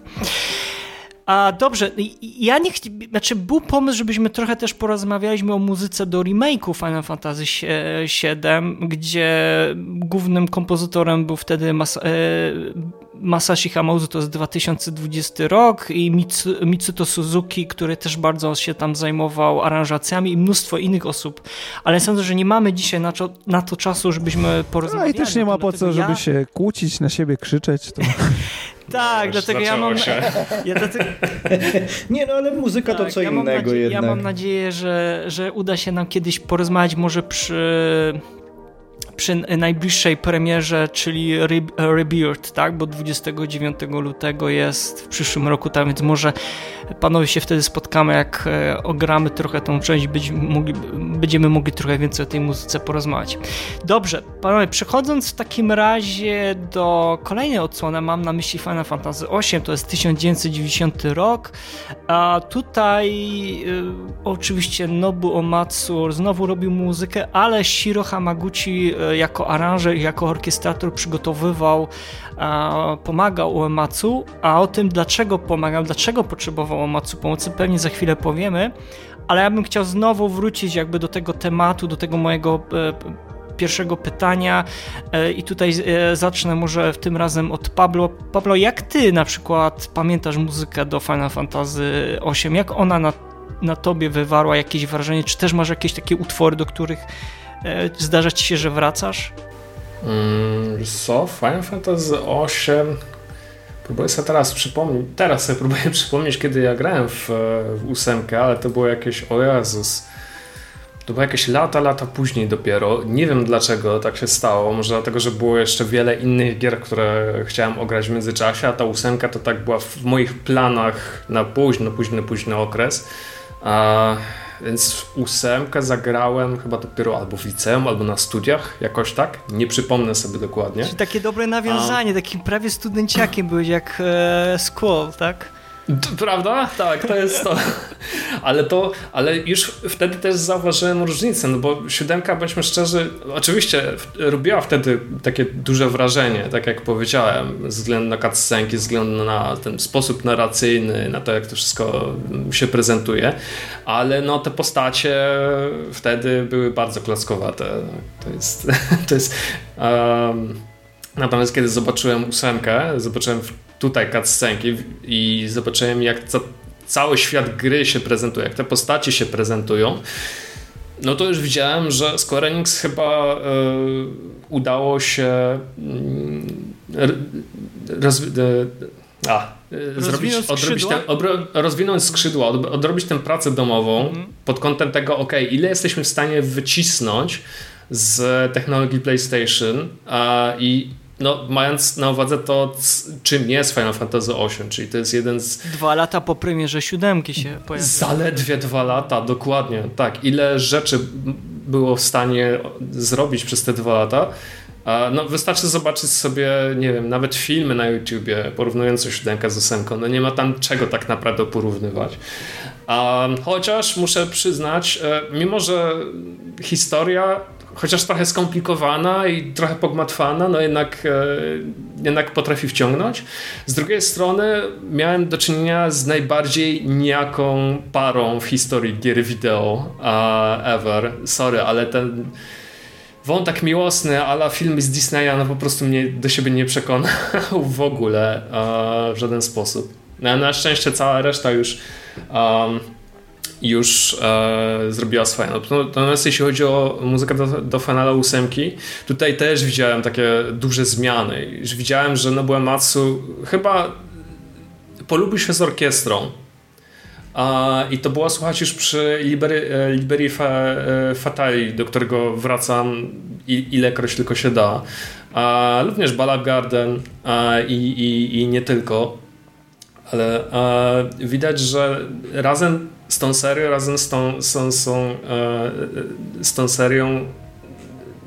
A dobrze, ja nie ch... znaczy był pomysł, żebyśmy trochę też porozmawialiśmy o muzyce do remake'u Final Fantasy siedem, gdzie głównym kompozytorem był wtedy Mas... Masashi Hamauzu, to jest dwa tysiące dwudziesty rok, i Mitsu... Mitsuto Suzuki, który też bardzo się tam zajmował aranżacjami, i mnóstwo innych osób, ale sądzę, że nie mamy dzisiaj na to, na to czasu, żebyśmy porozmawiali. No i też nie ma po co, żeby ja... się kłócić, na siebie krzyczeć. To... Tak, Wiesz, dlatego ja mam... Ja dlatego... Nie, no ale muzyka tak, to co ja innego nadzieję, jednak. Ja mam nadzieję, że, że uda się nam kiedyś porozmawiać może przy... przy najbliższej premierze, czyli Re- Rebirth, tak? Bo dwudziestego dziewiątego lutego jest w przyszłym roku tam, więc może panowie się wtedy spotkamy, jak ogramy trochę tą część, być, mogli, będziemy mogli trochę więcej o tej muzyce porozmawiać. Dobrze, panowie, przechodząc w takim razie do kolejnej odsłony, mam na myśli Final Fantasy osiem, to jest tysiąc dziewięćset dziewięćdziesiąty rok, a tutaj y, oczywiście Nobu Omatsu znowu robił muzykę, ale Shiro Hamaguchi y, jako aranżer i jako orkiestrator przygotowywał, a, pomagał Uematsu, a o tym dlaczego pomagał, dlaczego potrzebował Uematsu pomocy, pewnie za chwilę powiemy, ale ja bym chciał znowu wrócić jakby do tego tematu, do tego mojego e, pierwszego pytania e, i tutaj e, zacznę może tym razem od Pablo. Pablo, jak ty na przykład pamiętasz muzykę do Final Fantasy osiem? Jak ona na, na tobie wywarła jakieś wrażenie? Czy też masz jakieś takie utwory, do których zdarza ci się, że wracasz? Mm, co? Final Fantasy osiem. Próbuję sobie teraz przypomnieć. Teraz sobie próbuję przypomnieć, kiedy ja grałem w, w ósemkę, ale to było jakieś. O Jezus. To było jakieś lata, lata później dopiero. Nie wiem dlaczego tak się stało. Może dlatego, że było jeszcze wiele innych gier, które chciałem ograć w międzyczasie, a ta ósemka to tak była w moich planach na późno, późny, późny okres. A Więc ósemkę zagrałem chyba dopiero albo w liceum, albo na studiach, jakoś tak. Nie przypomnę sobie dokładnie. Czyli takie dobre nawiązanie, A... takim prawie studenciakiem byłeś jak e, Squall, tak? Prawda? Tak, to jest to. Ale to, ale już wtedy też zauważyłem różnicę, no bo siódemka, bądźmy szczerzy, oczywiście robiła wtedy takie duże wrażenie, tak jak powiedziałem, ze względu na cutscenki, ze względu na ten sposób narracyjny, na to, jak to wszystko się prezentuje, ale no te postacie wtedy były bardzo klackowate. To jest, to jest um, natomiast kiedy zobaczyłem ósemkę, zobaczyłem tutaj cutscenki i zobaczyłem, jak ca- cały świat gry się prezentuje, jak te postacie się prezentują, no to już widziałem, że Square Enix chyba y, udało się y, roz, y, a, y, zrobić, odrobić ten, obro, rozwinąć skrzydła, od, odrobić tę pracę domową mm. pod kątem tego, ok, ile jesteśmy w stanie wycisnąć z technologii PlayStation a, i no, mając na uwadze to, czym jest Final Fantasy osiem, czyli to jest jeden z... Dwa lata po premierze siódemki się pojawiło. Zaledwie dwa lata, dokładnie, tak. Ile rzeczy było w stanie zrobić przez te dwa lata. No, wystarczy zobaczyć sobie, nie wiem, nawet filmy na YouTubie porównujące siódemkę z ósemką. No nie ma tam czego tak naprawdę porównywać. Um, chociaż muszę przyznać, mimo że historia chociaż trochę skomplikowana i trochę pogmatwana, no jednak, e, jednak potrafi wciągnąć. Z drugiej strony miałem do czynienia z najbardziej nijaką parą w historii gier wideo uh, ever. Sorry, ale ten wątek miłosny a la filmy z Disneya no po prostu mnie do siebie nie przekonał w ogóle uh, w żaden sposób. No, na szczęście cała reszta już um, już e, zrobiła swoje. Natomiast jeśli chodzi o muzykę do, do Finala ósemki, tutaj też widziałem takie duże zmiany. Już widziałem, że Nobu Uematsu chyba polubił się z orkiestrą. E, I to było słuchać już przy Liberi, Liberi Fa, Fatali, do którego wracam i, ilekroć tylko się da. E, również Ballad Garden e, i, i, i nie tylko. Ale e, widać, że razem z tą serią, razem z tą, są, są, e, z tą serią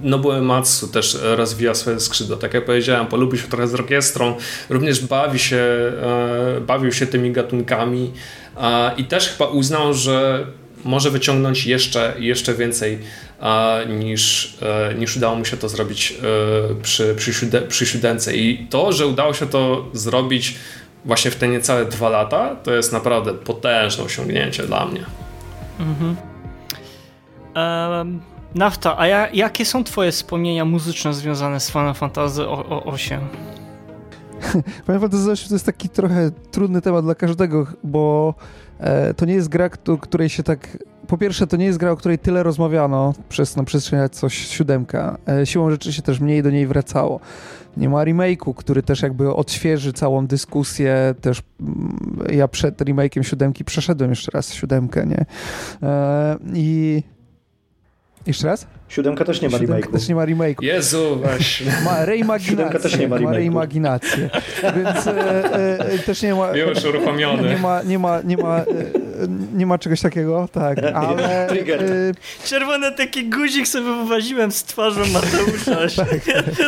Nobuo Uematsu też rozwija swoje skrzydła. Tak jak powiedziałem, polubił się trochę z orkiestrą, również bawi się, e, bawił się tymi gatunkami e, i też chyba uznał, że może wyciągnąć jeszcze, jeszcze więcej e, niż, e, niż udało mu się to zrobić e, przy, przy, sióde, przy siódemce. I to, że udało się to zrobić właśnie w te niecałe dwa lata, to jest naprawdę potężne osiągnięcie dla mnie. Mhm. Um, Nafta, a ja, jakie są twoje wspomnienia muzyczne związane z Final Fantasy osiem? Final Fantasy osiem to jest taki trochę trudny temat dla każdego, bo e, to nie jest gra, której się tak... Po pierwsze, to nie jest gra, o której tyle rozmawiano przez na przestrzeni coś siódemka. E, siłą rzeczy się też mniej do niej wracało. Nie ma remake'u, który też jakby odświeży całą dyskusję. Też mm, ja przed remake'iem siódemki przeszedłem jeszcze raz siódemkę, nie? E, I... Jeszcze raz? Siódemka też nie ma Siódemka remake'u. też nie ma remake'u. Jezu, właśnie. Ma reimaginację. Siódemka też nie ma remake'u. Ma reimaginację. Więc e, e, też nie ma... Już uruchomiony. Nie ma, nie ma, nie ma, e, nie ma czegoś takiego, tak, ale... Trigger. E, Czerwony taki guzik sobie wywaziłem z twarzą Mateusza. tak.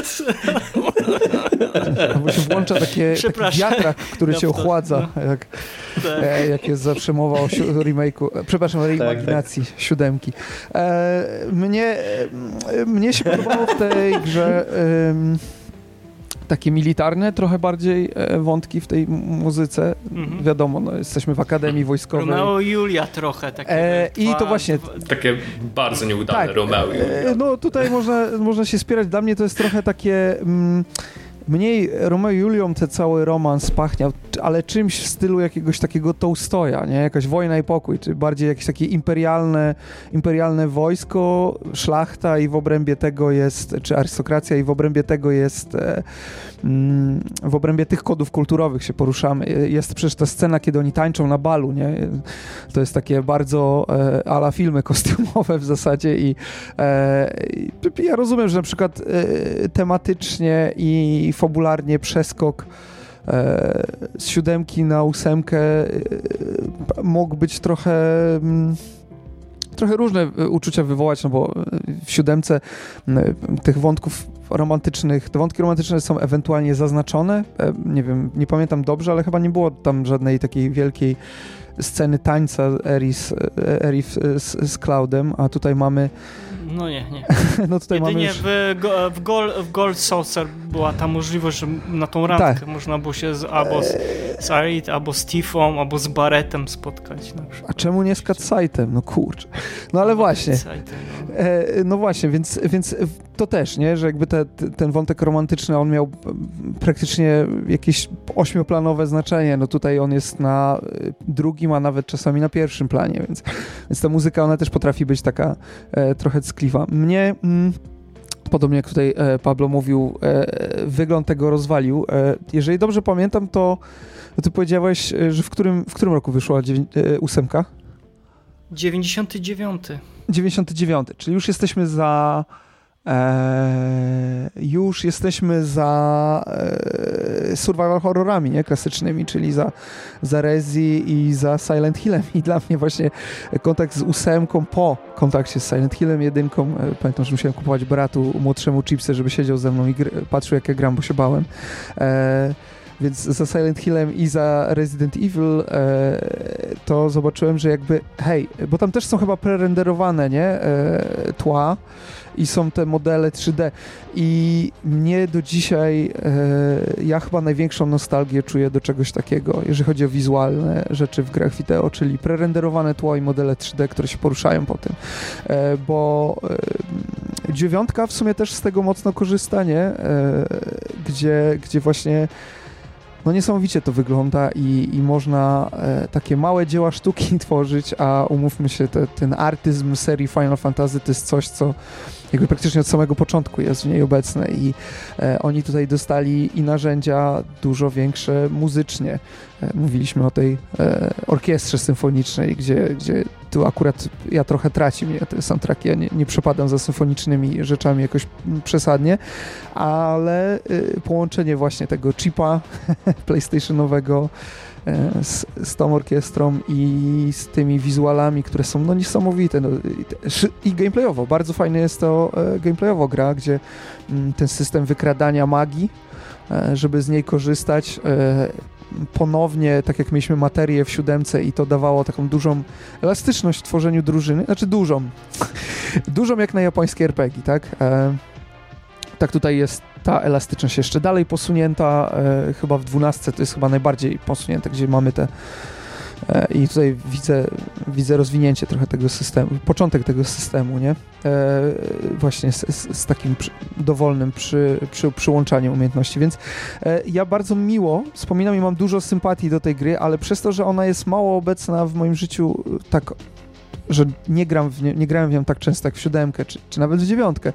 Bo się włącza takie, taki wiatrak, który Ja cię to- ochładza, no. jak, Tak. e, jak jest zawsze mowa o siu- remake'u, przepraszam, reimaginacji siódemki. E, mnie, e, mnie się podobało w tej grze em, takie militarne, trochę bardziej e, wątki w tej m- muzyce. Mhm. Wiadomo, no, jesteśmy w Akademii Wojskowej. Romeo i Julia trochę takie. E, I dwa- to właśnie... dwa- Takie bardzo nieudane Tak, Romeo i Julia. e, no tutaj można, można się spierać. Dla mnie to jest trochę takie... Mm, mniej Romeo i Julią ten cały romans pachniał, czy- ale czymś w stylu jakiegoś takiego Tolstoja, nie? Jakaś wojna i pokój, czy bardziej jakieś takie imperialne, imperialne wojsko, szlachta i w obrębie tego jest, czy arystokracja i w obrębie tego jest, e, mm, w obrębie tych kodów kulturowych się poruszamy. Jest przecież ta scena, kiedy oni tańczą na balu, nie? To jest takie bardzo e, a la filmy kostiumowe w zasadzie i, e, i ja rozumiem, że na przykład e, tematycznie i fabularnie przeskok e, z siódemki na ósemkę e, mógł być trochę mm, trochę różne uczucia wywołać, no bo w siódemce m, tych wątków romantycznych, te wątki romantyczne są ewentualnie zaznaczone, e, nie wiem, nie pamiętam dobrze, ale chyba nie było tam żadnej takiej wielkiej sceny tańca Eris, Eris z, z Cloudem, a tutaj mamy No nie, nie. no tutaj mamy Jedynie już... w, go, w, Gold, w Gold Saucer była ta możliwość, że na tą randkę Tak. można było się z, albo z, z Arid, albo z Tiffą, albo z Barrettem spotkać na przykład. A czemu nie z Catsightem? No kurczę. No ale właśnie. No. E, no właśnie, więc, więc to też, nie? Że jakby te, ten wątek romantyczny, on miał praktycznie jakieś ośmioplanowe znaczenie. No tutaj on jest na drugim, a nawet czasami na pierwszym planie, więc, więc ta muzyka, ona też potrafi być taka e, trochę ckliwa. Mnie... Mm, Podobnie jak tutaj e, Pablo mówił, e, wygląd tego rozwalił. E, jeżeli dobrze pamiętam, to, to ty powiedziałeś, e, że w którym, w którym roku wyszła dziewię- e, ósemka? dziewięćdziesiąty dziewiąty. dziewięćdziesiąty dziewiąty, czyli już jesteśmy za... E, już jesteśmy za e, survival horrorami, nie? Klasycznymi, czyli za, za Rezi i za Silent Hillem. I dla mnie właśnie kontakt z ósemką po kontakcie z Silent Hillem jedynką, e, pamiętam, że musiałem kupować bratu młodszemu chipsy, żeby siedział ze mną i gr- patrzył, jak ja gram, bo się bałem. E, Więc za Silent Hillem i za Resident Evil e, to zobaczyłem, że jakby hej, bo tam też są chyba prerenderowane, nie? E, tła i są te modele trzy D i mnie do dzisiaj e, ja chyba największą nostalgię czuję do czegoś takiego, jeżeli chodzi o wizualne rzeczy w grach wideo, czyli prerenderowane tło i modele trzy D, które się poruszają po tym, e, bo e, dziewiątka w sumie też z tego mocno korzysta, nie? E, gdzie, gdzie właśnie no niesamowicie to wygląda i, i można e, takie małe dzieła sztuki tworzyć, a umówmy się, te, ten artyzm serii Final Fantasy to jest coś, co jakby praktycznie od samego początku jest w niej obecne i e, oni tutaj dostali i narzędzia dużo większe muzycznie. E, mówiliśmy o tej e, orkiestrze symfonicznej, gdzie, gdzie tu akurat ja trochę traci mnie te soundtracki, ja nie, nie przepadam za symfonicznymi rzeczami jakoś przesadnie, ale y, połączenie właśnie tego chipa PlayStationowego z, z tą orkiestrą i z tymi wizualami, które są no niesamowite. No, i, i gameplayowo, bardzo fajne jest to e, gameplayowo gra, gdzie m, ten system wykradania magii, e, żeby z niej korzystać, e, ponownie, tak jak mieliśmy materię w siódemce i to dawało taką dużą elastyczność w tworzeniu drużyny, znaczy dużą, dużą jak na japońskie er pe gie, tak? E, tak tutaj jest ta elastyczność jeszcze dalej posunięta, e, chyba w dwunastce to jest chyba najbardziej posunięte, gdzie mamy te e, i tutaj widzę, widzę rozwinięcie trochę tego systemu, początek tego systemu, nie? E, właśnie z, z, z takim przy, dowolnym przy, przy, przyłączaniem umiejętności, więc e, ja bardzo miło wspominam i mam dużo sympatii do tej gry, ale przez to, że ona jest mało obecna w moim życiu, tak, że nie gram w nie, nie grałem w nią tak często jak w siódemkę, czy, czy nawet w dziewiątkę.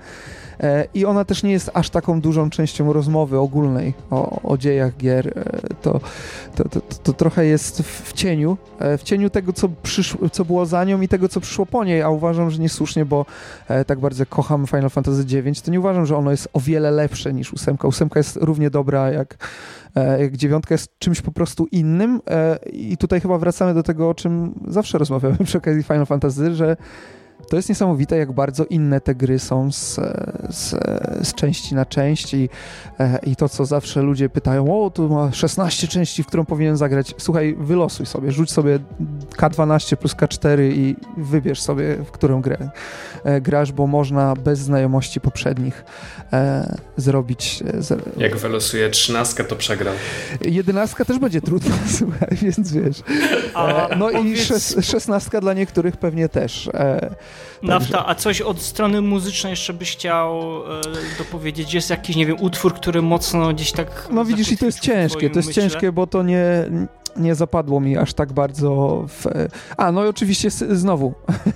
I ona też nie jest aż taką dużą częścią rozmowy ogólnej o, o dziejach gier. To, to, to, to trochę jest w cieniu, w cieniu tego, co, przyszło, co było za nią i tego, co przyszło po niej, a uważam, że niesłusznie, bo tak bardzo kocham Final Fantasy dziewięć, to nie uważam, że ono jest o wiele lepsze niż ósemka. Ósemka jest równie dobra jak, jak dziewiątka, jest czymś po prostu innym i tutaj chyba wracamy do tego, o czym zawsze rozmawiamy przy okazji Final Fantasy, że to jest niesamowite, jak bardzo inne te gry są z, z, z części na część i, i to, co zawsze ludzie pytają, o, tu ma szesnaście części, w którą powinien zagrać. Słuchaj, wylosuj sobie, rzuć sobie ka dwanaście plus ka cztery i wybierz sobie, w którą grę grasz, bo można bez znajomości poprzednich e, zrobić... Z... Jak wylosuje trzynastkę, to przegram. Jedenastka też będzie trudna, słuchaj, więc wiesz. E, no i szes, szesnastka dla niektórych pewnie też. E, Nafta, a coś od strony muzycznej jeszcze byś chciał e, dopowiedzieć? Jest jakiś, nie wiem, utwór, który mocno gdzieś tak... No widzisz, i to jest ciężkie, to jest myśle? ciężkie, bo to nie, nie zapadło mi aż tak bardzo w... A, no i oczywiście znowu,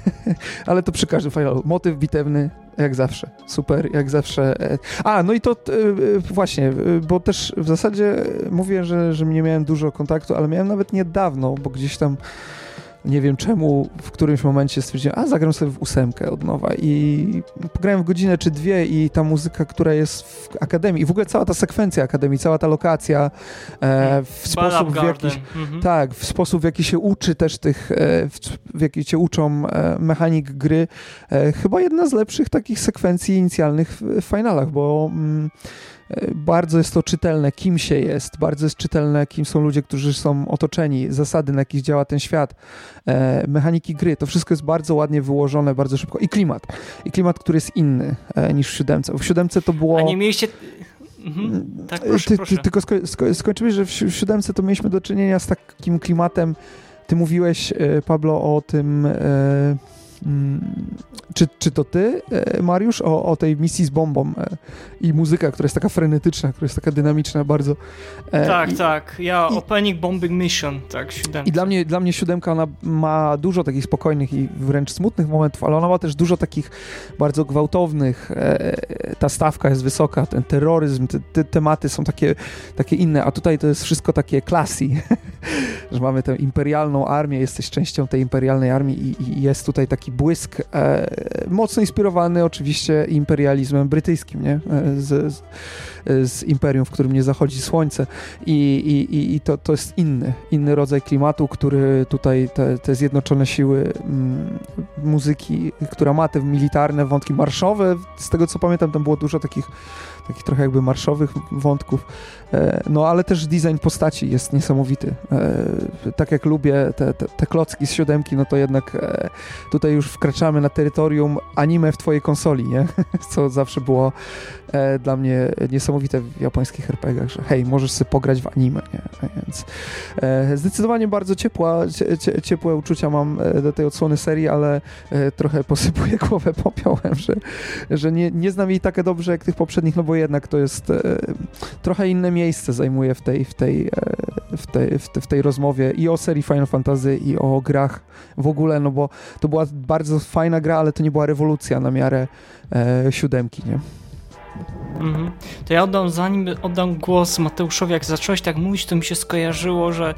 ale to przy każdym fajnie, motyw bitewny, jak zawsze, super, jak zawsze. A, no i to właśnie, bo też w zasadzie mówię, że, że nie miałem dużo kontaktu, ale miałem nawet niedawno, bo gdzieś tam nie wiem czemu, w którymś momencie stwierdziłem, a zagram sobie w ósemkę od nowa i pograłem w godzinę czy dwie i ta muzyka, która jest w Akademii i w ogóle cała ta sekwencja Akademii, cała ta lokacja e, w sposób w jaki, mhm. tak, w sposób w jaki się uczy też tych, e, w, w jaki cię uczą e, mechanik gry, e, chyba jedna z lepszych takich sekwencji inicjalnych w, w finalach, bo mm, bardzo jest to czytelne, kim się jest, bardzo jest czytelne, kim są ludzie, którzy są otoczeni, zasady, na jakich działa ten świat, e, mechaniki gry, to wszystko jest bardzo ładnie wyłożone, bardzo szybko i klimat, i klimat, który jest inny e, niż w siódemce. W siódemce to było... A nie mieliście... Mhm. Tak, proszę, ty, proszę. Ty, tylko sko- sko- skończyłeś, że w siódemce to mieliśmy do czynienia z takim klimatem, ty mówiłeś, e, Pablo, o tym... E, Czy, czy to ty, Mariusz, o, o tej misji z bombą i muzyka, która jest taka frenetyczna, która jest taka dynamiczna bardzo. Tak, I, tak. Ja i, Opening Bombing Mission, tak, siódemka. I dla mnie, dla mnie siódemka, ona ma dużo takich spokojnych i wręcz smutnych momentów, ale ona ma też dużo takich bardzo gwałtownych. Ta stawka jest wysoka, ten terroryzm, te, te tematy są takie, takie inne, a tutaj to jest wszystko takie classy, że mamy tę imperialną armię, jesteś częścią tej imperialnej armii i, i jest tutaj taki błysk, e, mocno inspirowany oczywiście imperializmem brytyjskim, nie? Z, z, z imperium, w którym nie zachodzi słońce i, i, i to, to jest inny, inny rodzaj klimatu, który tutaj te, te zjednoczone siły m, muzyki, która ma te militarne wątki marszowe, z tego co pamiętam tam było dużo takich takich trochę jakby marszowych wątków, no ale też design postaci jest niesamowity. Tak jak lubię te, te, te klocki z siódemki, no to jednak tutaj już wkraczamy na terytorium anime w twojej konsoli, nie? Co zawsze było dla mnie niesamowite w japońskich er pe gach, że hej, możesz sobie pograć w anime, nie? Więc zdecydowanie bardzo ciepła, cie, ciepłe uczucia mam do tej odsłony serii, ale trochę posypuję głowę popiołem, że, że nie, nie znam jej tak dobrze jak tych poprzednich, no bo jednak to jest e, trochę inne miejsce zajmuje w tej, w, tej, e, w, tej, w, te, w tej rozmowie i o serii Final Fantasy i o grach w ogóle, no bo to była bardzo fajna gra, ale to nie była rewolucja na miarę e, siódemki, nie? Mhm. To ja oddam, zanim oddam głos Mateuszowi, jak zacząłeś tak mówić, to mi się skojarzyło, że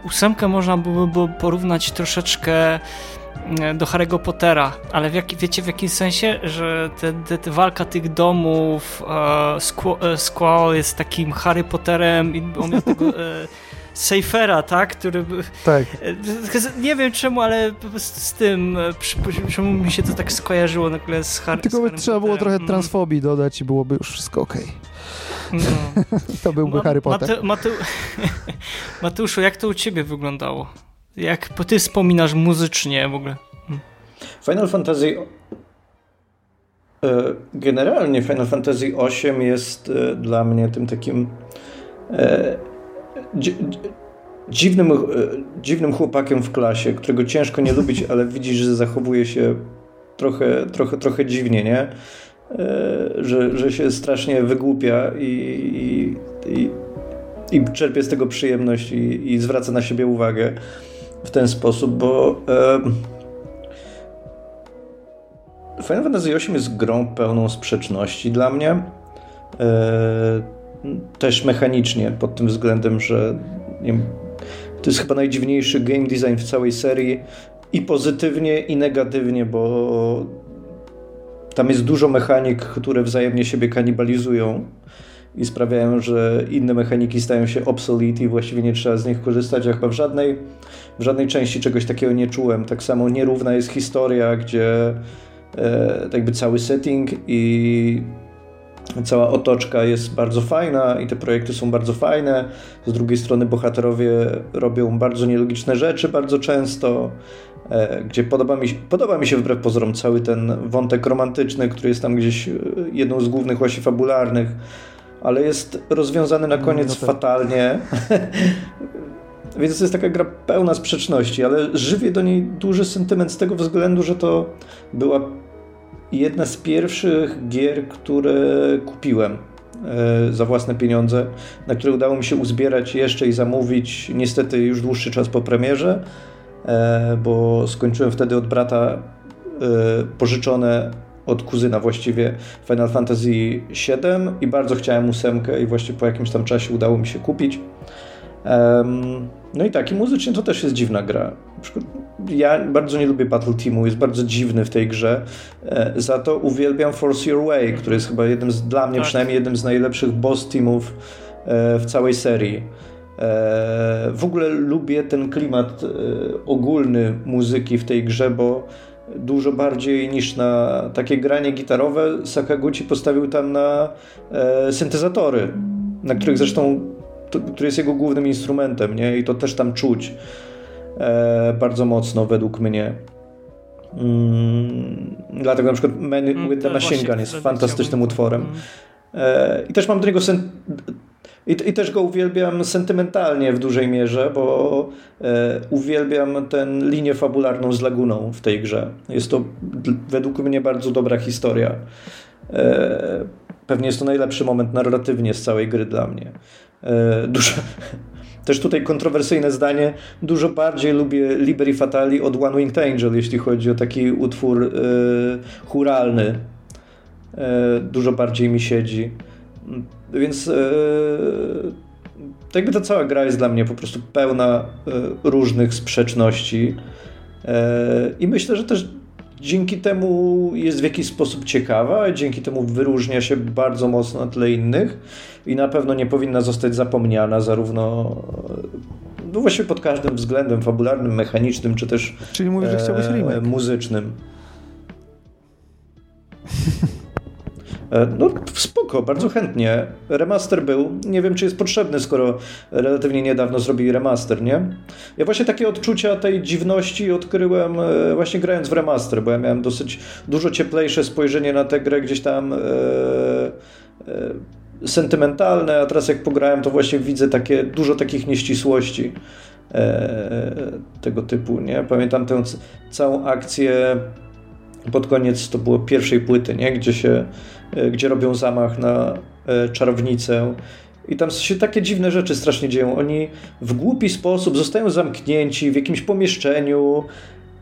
ósemkę można byłoby porównać troszeczkę do Harry'ego Pottera, ale w jak, wiecie w jakim sensie? Że te, te, te walka tych domów, e, Squall, e, Squall jest takim Harry Potterem i on miał tego e, Cyphera, tak? Który tak. E, nie wiem czemu, ale z, z tym czemu mi się to tak skojarzyło nagle z Harry Tylko by trzeba było trochę transfobii dodać i byłoby już wszystko okej. Okay. No. To byłby Ma, Harry Potter. Mate, Mate, Mateuszu, jak to u ciebie wyglądało? Jak ty wspominasz muzycznie w ogóle? Hmm. Final Fantasy... Generalnie Final Fantasy osiem jest dla mnie tym takim dzi dziwnym, dziwnym chłopakiem w klasie, którego ciężko nie lubić, ale widzisz, że zachowuje się trochę, trochę, trochę dziwnie, nie? Że, że się strasznie wygłupia i, i, i, i czerpie z tego przyjemność i, i zwraca na siebie uwagę w ten sposób, bo e, Final Fantasy osiem jest grą pełną sprzeczności dla mnie. E, też mechanicznie, pod tym względem, że nie wiem, to jest chyba najdziwniejszy game design w całej serii i pozytywnie, i negatywnie, bo tam jest dużo mechanik, które wzajemnie siebie kanibalizują i sprawiają, że inne mechaniki stają się obsolete i właściwie nie trzeba z nich korzystać. Ja chyba w żadnej, w żadnej części czegoś takiego nie czułem. Tak samo nierówna jest historia, gdzie e, tak jakby cały setting i cała otoczka jest bardzo fajna i te projekty są bardzo fajne. Z drugiej strony bohaterowie robią bardzo nielogiczne rzeczy bardzo często, e, gdzie podoba mi, się, podoba mi się wbrew pozorom cały ten wątek romantyczny, który jest tam gdzieś jedną z głównych osi fabularnych, ale jest rozwiązany na koniec no tak. fatalnie. Więc to jest taka gra pełna sprzeczności, ale żywię do niej duży sentyment z tego względu, że to była jedna z pierwszych gier, które kupiłem e, za własne pieniądze, na które udało mi się uzbierać jeszcze i zamówić niestety już dłuższy czas po premierze, e, bo skończyłem wtedy od brata e, pożyczone od kuzyna właściwie Final Fantasy siedem i bardzo chciałem ósemkę i właśnie po jakimś tam czasie udało mi się kupić. Um, no i tak, i muzycznie to też jest dziwna gra. Na przykład ja bardzo nie lubię Battle Teamu, jest bardzo dziwny w tej grze. E, za to uwielbiam Force Your Way, który jest chyba jednym z, dla mnie tak. przynajmniej jednym z najlepszych boss teamów e, w całej serii. E, w ogóle lubię ten klimat e, ogólny muzyki w tej grze, bo dużo bardziej niż na takie granie gitarowe Sakaguchi postawił tam na e, syntezatory, na których zresztą to, który jest jego głównym instrumentem, nie? I to też tam czuć e, bardzo mocno według mnie. Mm, dlatego na przykład Man mm, with the Machine Gun jest fantastycznym utworem. Mm. E, I też mam do niego sen... I, I też go uwielbiam sentymentalnie w dużej mierze, bo e, uwielbiam tę linię fabularną z Laguną w tej grze. Jest to według mnie bardzo dobra historia. E, pewnie jest to najlepszy moment narratywnie z całej gry dla mnie. E, dużo, też tutaj kontrowersyjne zdanie. Dużo bardziej lubię Liberi Fatali od One Winged Angel, jeśli chodzi o taki utwór e, chóralny. E, dużo bardziej mi siedzi. Więc yy, tak jakby ta cała gra jest dla mnie po prostu pełna yy, różnych sprzeczności yy, i myślę, że też dzięki temu jest w jakiś sposób ciekawa, dzięki temu wyróżnia się bardzo mocno na tle innych i na pewno nie powinna zostać zapomniana zarówno no właściwie pod każdym względem fabularnym, mechanicznym, czy też Czyli mówisz, że chciałbyś remake. muzycznym. No spoko, bardzo chętnie. Remaster był. Nie wiem, czy jest potrzebny, skoro relatywnie niedawno zrobili remaster, nie? Ja właśnie takie odczucia tej dziwności odkryłem właśnie grając w remaster, bo ja miałem dosyć dużo cieplejsze spojrzenie na tę grę gdzieś tam e, e, sentymentalne, a teraz jak pograłem, to właśnie widzę takie, dużo takich nieścisłości e, tego typu, nie? Pamiętam tę c- całą akcję pod koniec to było pierwszej płyty, nie? Gdzie się, gdzie robią zamach na e, czarownicę i tam się takie dziwne rzeczy strasznie dzieją. Oni w głupi sposób zostają zamknięci w jakimś pomieszczeniu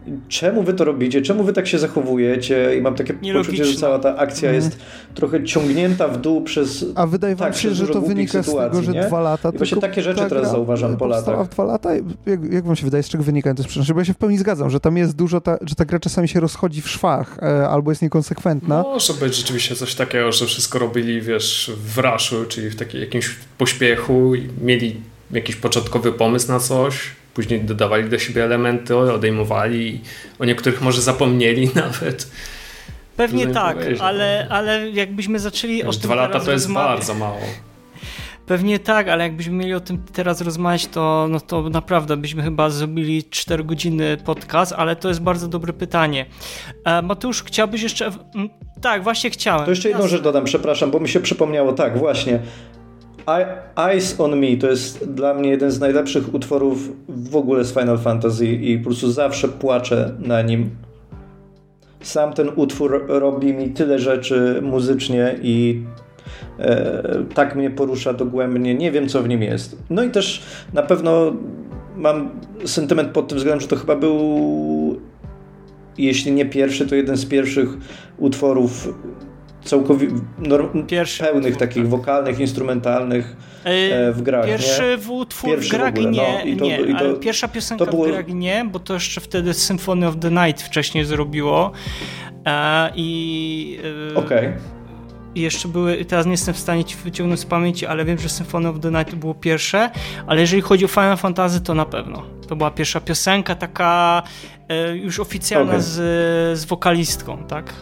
czemu wy to robicie, czemu wy tak się zachowujecie i mam takie poczucie, że cała ta akcja mm. jest trochę ciągnięta w dół przez A wydaje wam tak, się, że to wynika sytuacji, z tego, że nie? dwa lata... I właśnie takie rzeczy teraz zauważam po latach. w dwa lata? Jak, jak wam się wydaje, z czego wynika to sprzedaż? Bo ja się w pełni zgadzam, że tam jest dużo, ta, że ta gra czasami się rozchodzi w szwach e, albo jest niekonsekwentna. Może być rzeczywiście coś takiego, że wszystko robili, wiesz, w rushu, czyli w takim jakimś pośpiechu i mieli jakiś początkowy pomysł na coś, później dodawali do siebie elementy, odejmowali, o niektórych może zapomnieli nawet. Pewnie tak, ale, ale jakbyśmy zaczęli... Wiesz, dwa lata to jest rozmawiać. Bardzo mało. Pewnie tak, ale jakbyśmy mieli o tym teraz rozmawiać, to, no to naprawdę byśmy chyba zrobili cztery godziny podcast, ale to jest bardzo dobre pytanie. E, Mateusz, chciałbyś jeszcze... Tak, właśnie chciałem. To jeszcze jedną rzecz dodam, przepraszam, bo mi się przypomniało, tak, właśnie. Eyes on Me to jest dla mnie jeden z najlepszych utworów w ogóle z Final Fantasy i po prostu zawsze płaczę na nim. Sam ten utwór robi mi tyle rzeczy muzycznie i e, tak mnie porusza dogłębnie. Nie wiem, co w nim jest. No i też na pewno mam sentyment pod tym względem, że to chyba był, jeśli nie pierwszy, to jeden z pierwszych utworów całkowicie pełnych, takich wokalnych, wokalnych, e, w grach. Pierwszy nie? utwór pierwszy w grach w ogóle, nie, no, i to, nie i to, ale pierwsza piosenka było... w grach nie, bo to jeszcze wtedy Symphony of the Night wcześniej zrobiło e, i e, okej. Okay. I jeszcze były, teraz nie jestem w stanie ci wyciągnąć z pamięci, ale wiem, że Symphony of the Night to było pierwsze, ale jeżeli chodzi o Final Fantasy, to na pewno. To była pierwsza piosenka, taka e, już oficjalna okay. z, z wokalistką, tak?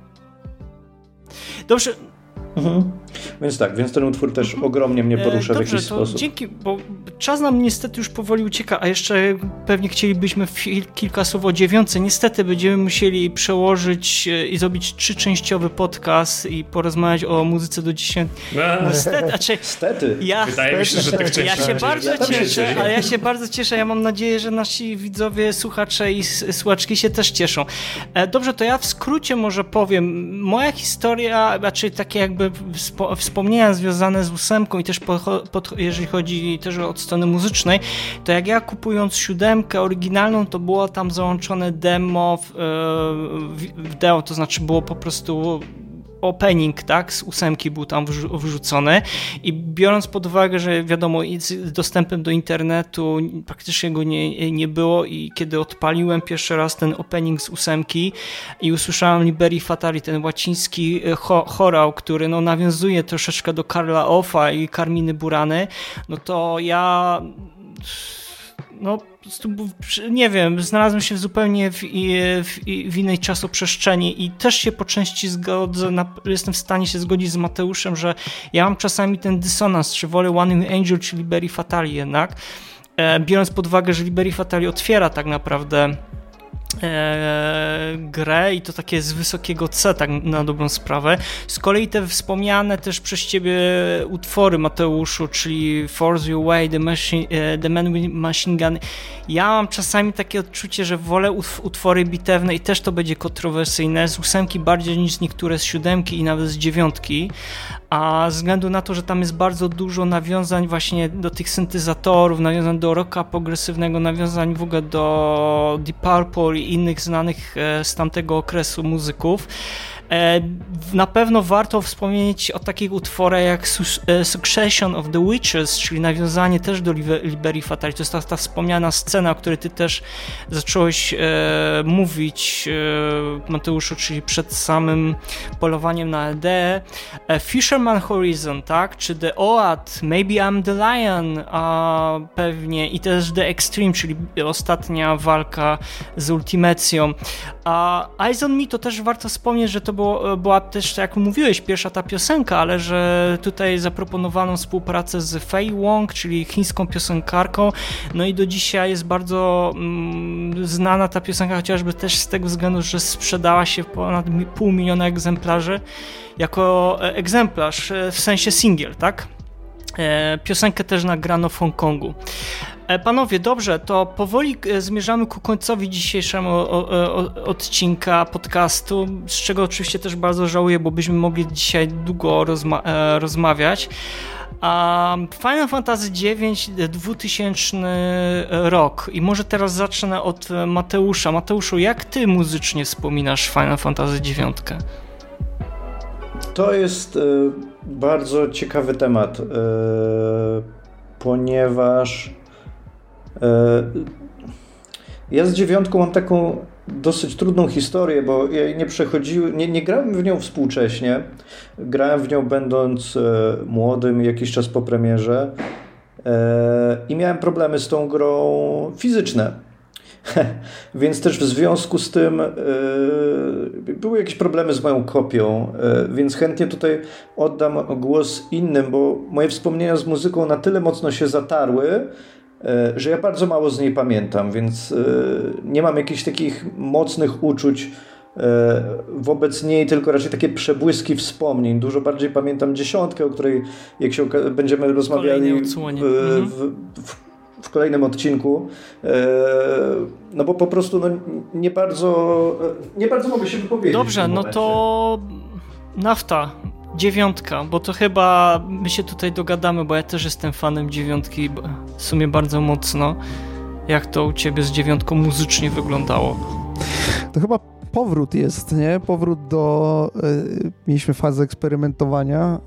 Dobrze. Mhm. Więc tak, więc ten utwór też mhm. ogromnie mnie porusza e, dobrze, w jakiś to sposób. Dzięki, bo czas nam niestety już powoli ucieka, a jeszcze pewnie chcielibyśmy kilka słów o dziewiątce. Niestety będziemy musieli przełożyć i zrobić trzyczęściowy podcast i porozmawiać o muzyce do dziesięć. Niestety, znaczy, Stety. Ja, Wydaje mi się, że tych Ja się bardzo ja cieszę, cieszę, ale ja się bardzo cieszę. Ja mam nadzieję, że nasi widzowie, słuchacze i słuchaczki się też cieszą. Dobrze, to ja w skrócie może powiem. Moja historia, znaczy takie jakby Wspo- wspomnienia związane z ósemką i też po, pod, jeżeli chodzi też od strony muzycznej, to jak ja kupując siódemkę oryginalną, to było tam załączone demo w, w, w demo, to znaczy było po prostu opening, tak, z ósemki był tam wrzucony i biorąc pod uwagę, że wiadomo, z dostępem do internetu praktycznie go nie, nie było i kiedy odpaliłem pierwszy raz ten opening z ósemki i usłyszałem Liberi Fatali, ten łaciński cho- chorał, który no, nawiązuje troszeczkę do Karla Offa i Carminy Burany, no to ja no nie wiem, znalazłem się zupełnie w, w, w innej czasoprzestrzeni i też się po części zgodzę, na, jestem w stanie się zgodzić z Mateuszem, że ja mam czasami ten dysonans, czy wolę One Wing Angel, czy Liberi Fatali jednak, e, biorąc pod uwagę, że Liberi Fatali otwiera tak naprawdę E, grę i to takie z wysokiego C, tak na dobrą sprawę. Z kolei te wspomniane też przez ciebie utwory, Mateuszu, czyli Force Your Way, The, Machine, The Man with Machine Gun, ja mam czasami takie odczucie, że wolę utwory bitewne i też to będzie kontrowersyjne, z ósemki bardziej niż niektóre z siódemki i nawet z dziewiątki, a ze względu na to, że tam jest bardzo dużo nawiązań właśnie do tych syntezatorów, nawiązań do rocka progresywnego, nawiązań w ogóle do Deep Purple i innych znanych z tamtego okresu muzyków. Na pewno warto wspomnieć o takich utworach jak Succession of the Witches, czyli nawiązanie też do Liberi Fatali. To jest ta, ta wspomniana scena, o której ty też zacząłeś e, mówić, e, Mateuszu, czyli przed samym polowaniem na L D. E, Fisherman Horizon, tak? Czy The Oath, Maybe I'm the Lion, a pewnie i też The Extreme, czyli ostatnia walka z Ultimacją. A Eyes on Me to też warto wspomnieć, że to było, była też, jak mówiłeś, pierwsza ta piosenka, ale że tutaj zaproponowano współpracę z Fei Wong, czyli chińską piosenkarką, no i do dzisiaj jest bardzo mm, znana ta piosenka, chociażby też z tego względu, że sprzedała się ponad pół miliona egzemplarzy jako egzemplarz, w sensie singiel, tak? Piosenkę też nagrano w Hongkongu. Panowie, dobrze, to powoli zmierzamy ku końcowi dzisiejszego odcinka podcastu, z czego oczywiście też bardzo żałuję, bo byśmy mogli dzisiaj długo rozma- rozmawiać. Um, Final Fantasy dziewięć, dwutysięczny rok. I może teraz zacznę od Mateusza. Mateuszu, jak ty muzycznie wspominasz Final Fantasy dziewięć? To jest y, bardzo ciekawy temat, y, ponieważ y, ja z dziewiątką mam taką dosyć trudną historię, bo ja nie przechodziłem, nie, nie grałem w nią współcześnie. Grałem w nią będąc e, młodym, jakiś czas po premierze e, i miałem problemy z tą grą fizyczne. Więc też w związku z tym e, były jakieś problemy z moją kopią, e, więc chętnie tutaj oddam głos innym, bo moje wspomnienia z muzyką na tyle mocno się zatarły, że ja bardzo mało z niej pamiętam, więc nie mam jakichś takich mocnych uczuć wobec niej, tylko raczej takie przebłyski wspomnień. Dużo bardziej pamiętam dziesiątkę, o której jak się będziemy rozmawiali w, w, w, w kolejnym odcinku, no bo po prostu no, nie bardzo nie bardzo mogę się wypowiedzieć. Dobrze, no to nafta. Dziewiątka, bo to chyba my się tutaj dogadamy, bo ja też jestem fanem dziewiątki w sumie bardzo mocno. Jak to u ciebie z dziewiątką muzycznie wyglądało? To chyba powrót jest, nie? Powrót do... Y, mieliśmy fazę eksperymentowania.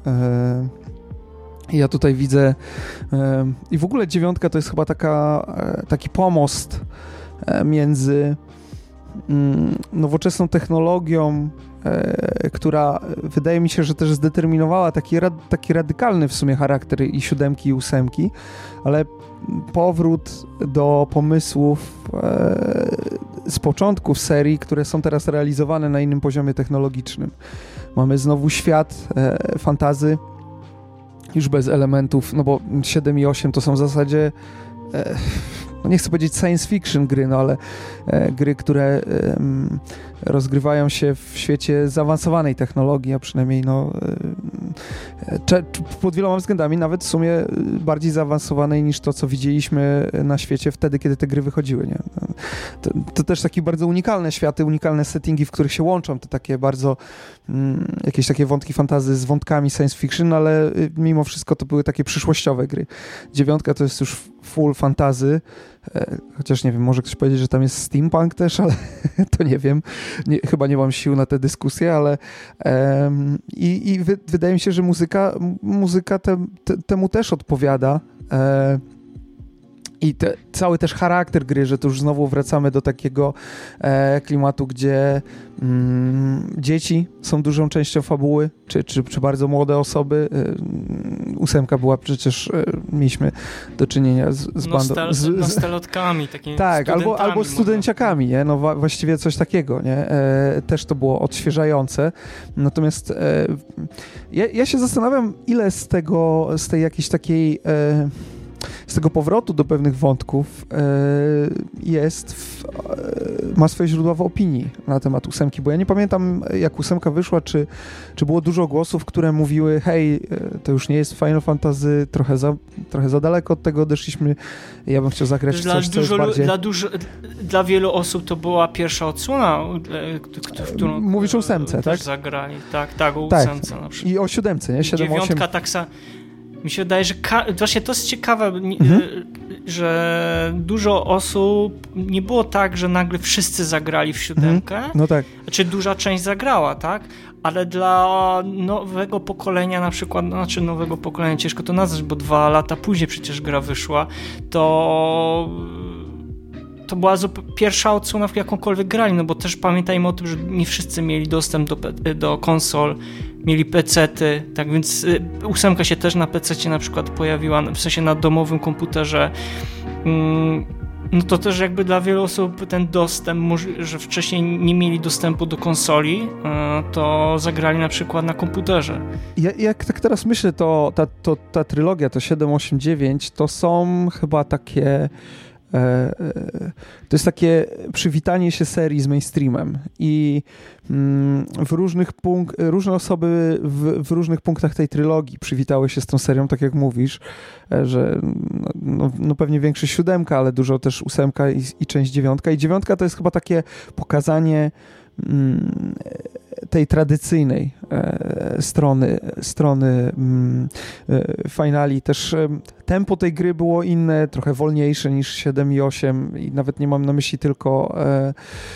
Y, ja tutaj widzę... Y, I w ogóle dziewiątka to jest chyba taka, y, taki pomost y, między y, nowoczesną technologią, która wydaje mi się, że też zdeterminowała taki, taki radykalny w sumie charakter i siódemki i ósemki, ale powrót do pomysłów z początków serii, które są teraz realizowane na innym poziomie technologicznym. Mamy znowu świat fantasy, już bez elementów, no bo siedem i osiem to są w zasadzie no nie chcę powiedzieć science fiction gry, no ale e, gry, które e, rozgrywają się w świecie zaawansowanej technologii, a przynajmniej no, e, cze, pod wieloma względami nawet w sumie bardziej zaawansowanej niż to, co widzieliśmy na świecie wtedy, kiedy te gry wychodziły. Nie? To, to też takie bardzo unikalne światy, unikalne settingi, w których się łączą te takie bardzo mm, jakieś takie wątki fantasy z wątkami science fiction, ale mimo wszystko to były takie przyszłościowe gry. Dziewiątka to jest już full fantasy, chociaż nie wiem, może ktoś powiedzieć, że tam jest steampunk też, ale to nie wiem, nie, chyba nie mam sił na tę dyskusję, ale um, i, i wy, wydaje mi się, że muzyka, muzyka te, te, temu też odpowiada. E, I te, cały też charakter gry, że tu już znowu wracamy do takiego e, klimatu, gdzie mm, dzieci są dużą częścią fabuły, czy, czy, czy bardzo młode osoby. E, ósemka była przecież, e, mieliśmy do czynienia z, z bandą... Nostal- z, nostalkami, takimi tak, albo, albo studenciakami, nie? No wa- właściwie coś takiego, nie? E, też to było odświeżające. Natomiast e, ja, ja się zastanawiam, ile z tego, z tej jakiejś takiej... E, z tego powrotu do pewnych wątków e, jest, w, e, ma swoje źródła w opinii na temat ósemki, bo ja nie pamiętam, jak ósemka wyszła, czy, czy było dużo głosów, które mówiły, hej, to już nie jest Final Fantasy, trochę za, trochę za daleko od tego odeszliśmy, ja bym chciał zagrać dla coś, co dużo, jest bardziej... Dla, dużo, dla wielu osób to była pierwsza odsłona, w którą mówisz o ósemce, tak? zagrali, tak, tak, o tak. ósemce na przykład. I o siódemce, nie? siedem, Dziewiątka osiem... tak samo. Mi się wydaje, że ka- właśnie to jest ciekawe, mhm. że dużo osób, nie było tak, że nagle wszyscy zagrali w siódemkę, mhm. No tak. Znaczy duża część zagrała, tak? Ale dla nowego pokolenia na przykład, znaczy nowego pokolenia, ciężko to nazwać, bo dwa lata później przecież gra wyszła, to... to była zup- pierwsza odsłona, w jakąkolwiek grali, no bo też pamiętajmy o tym, że nie wszyscy mieli dostęp do, pe- do konsol, mieli pecety, tak więc y, ósemka się też na pececie na przykład pojawiła, w sensie na domowym komputerze. Mm, no to też jakby dla wielu osób ten dostęp, moż- że wcześniej nie mieli dostępu do konsoli, y, to zagrali na przykład na komputerze. Ja, jak tak teraz myślę, to ta, to ta trylogia, to siedem, osiem, dziewięć, to są chyba takie to jest takie przywitanie się serii z mainstreamem i w różnych punkt, różne osoby w, w różnych punktach tej trylogii przywitały się z tą serią, tak jak mówisz, że no, no pewnie większość siódemka, ale dużo też ósemka i, i część dziewiątka. I dziewiątka to jest chyba takie pokazanie mm, tej tradycyjnej e, strony, strony mm, e, finali. Też e, tempo tej gry było inne, trochę wolniejsze niż siedem i osiem i nawet nie mam na myśli tylko e,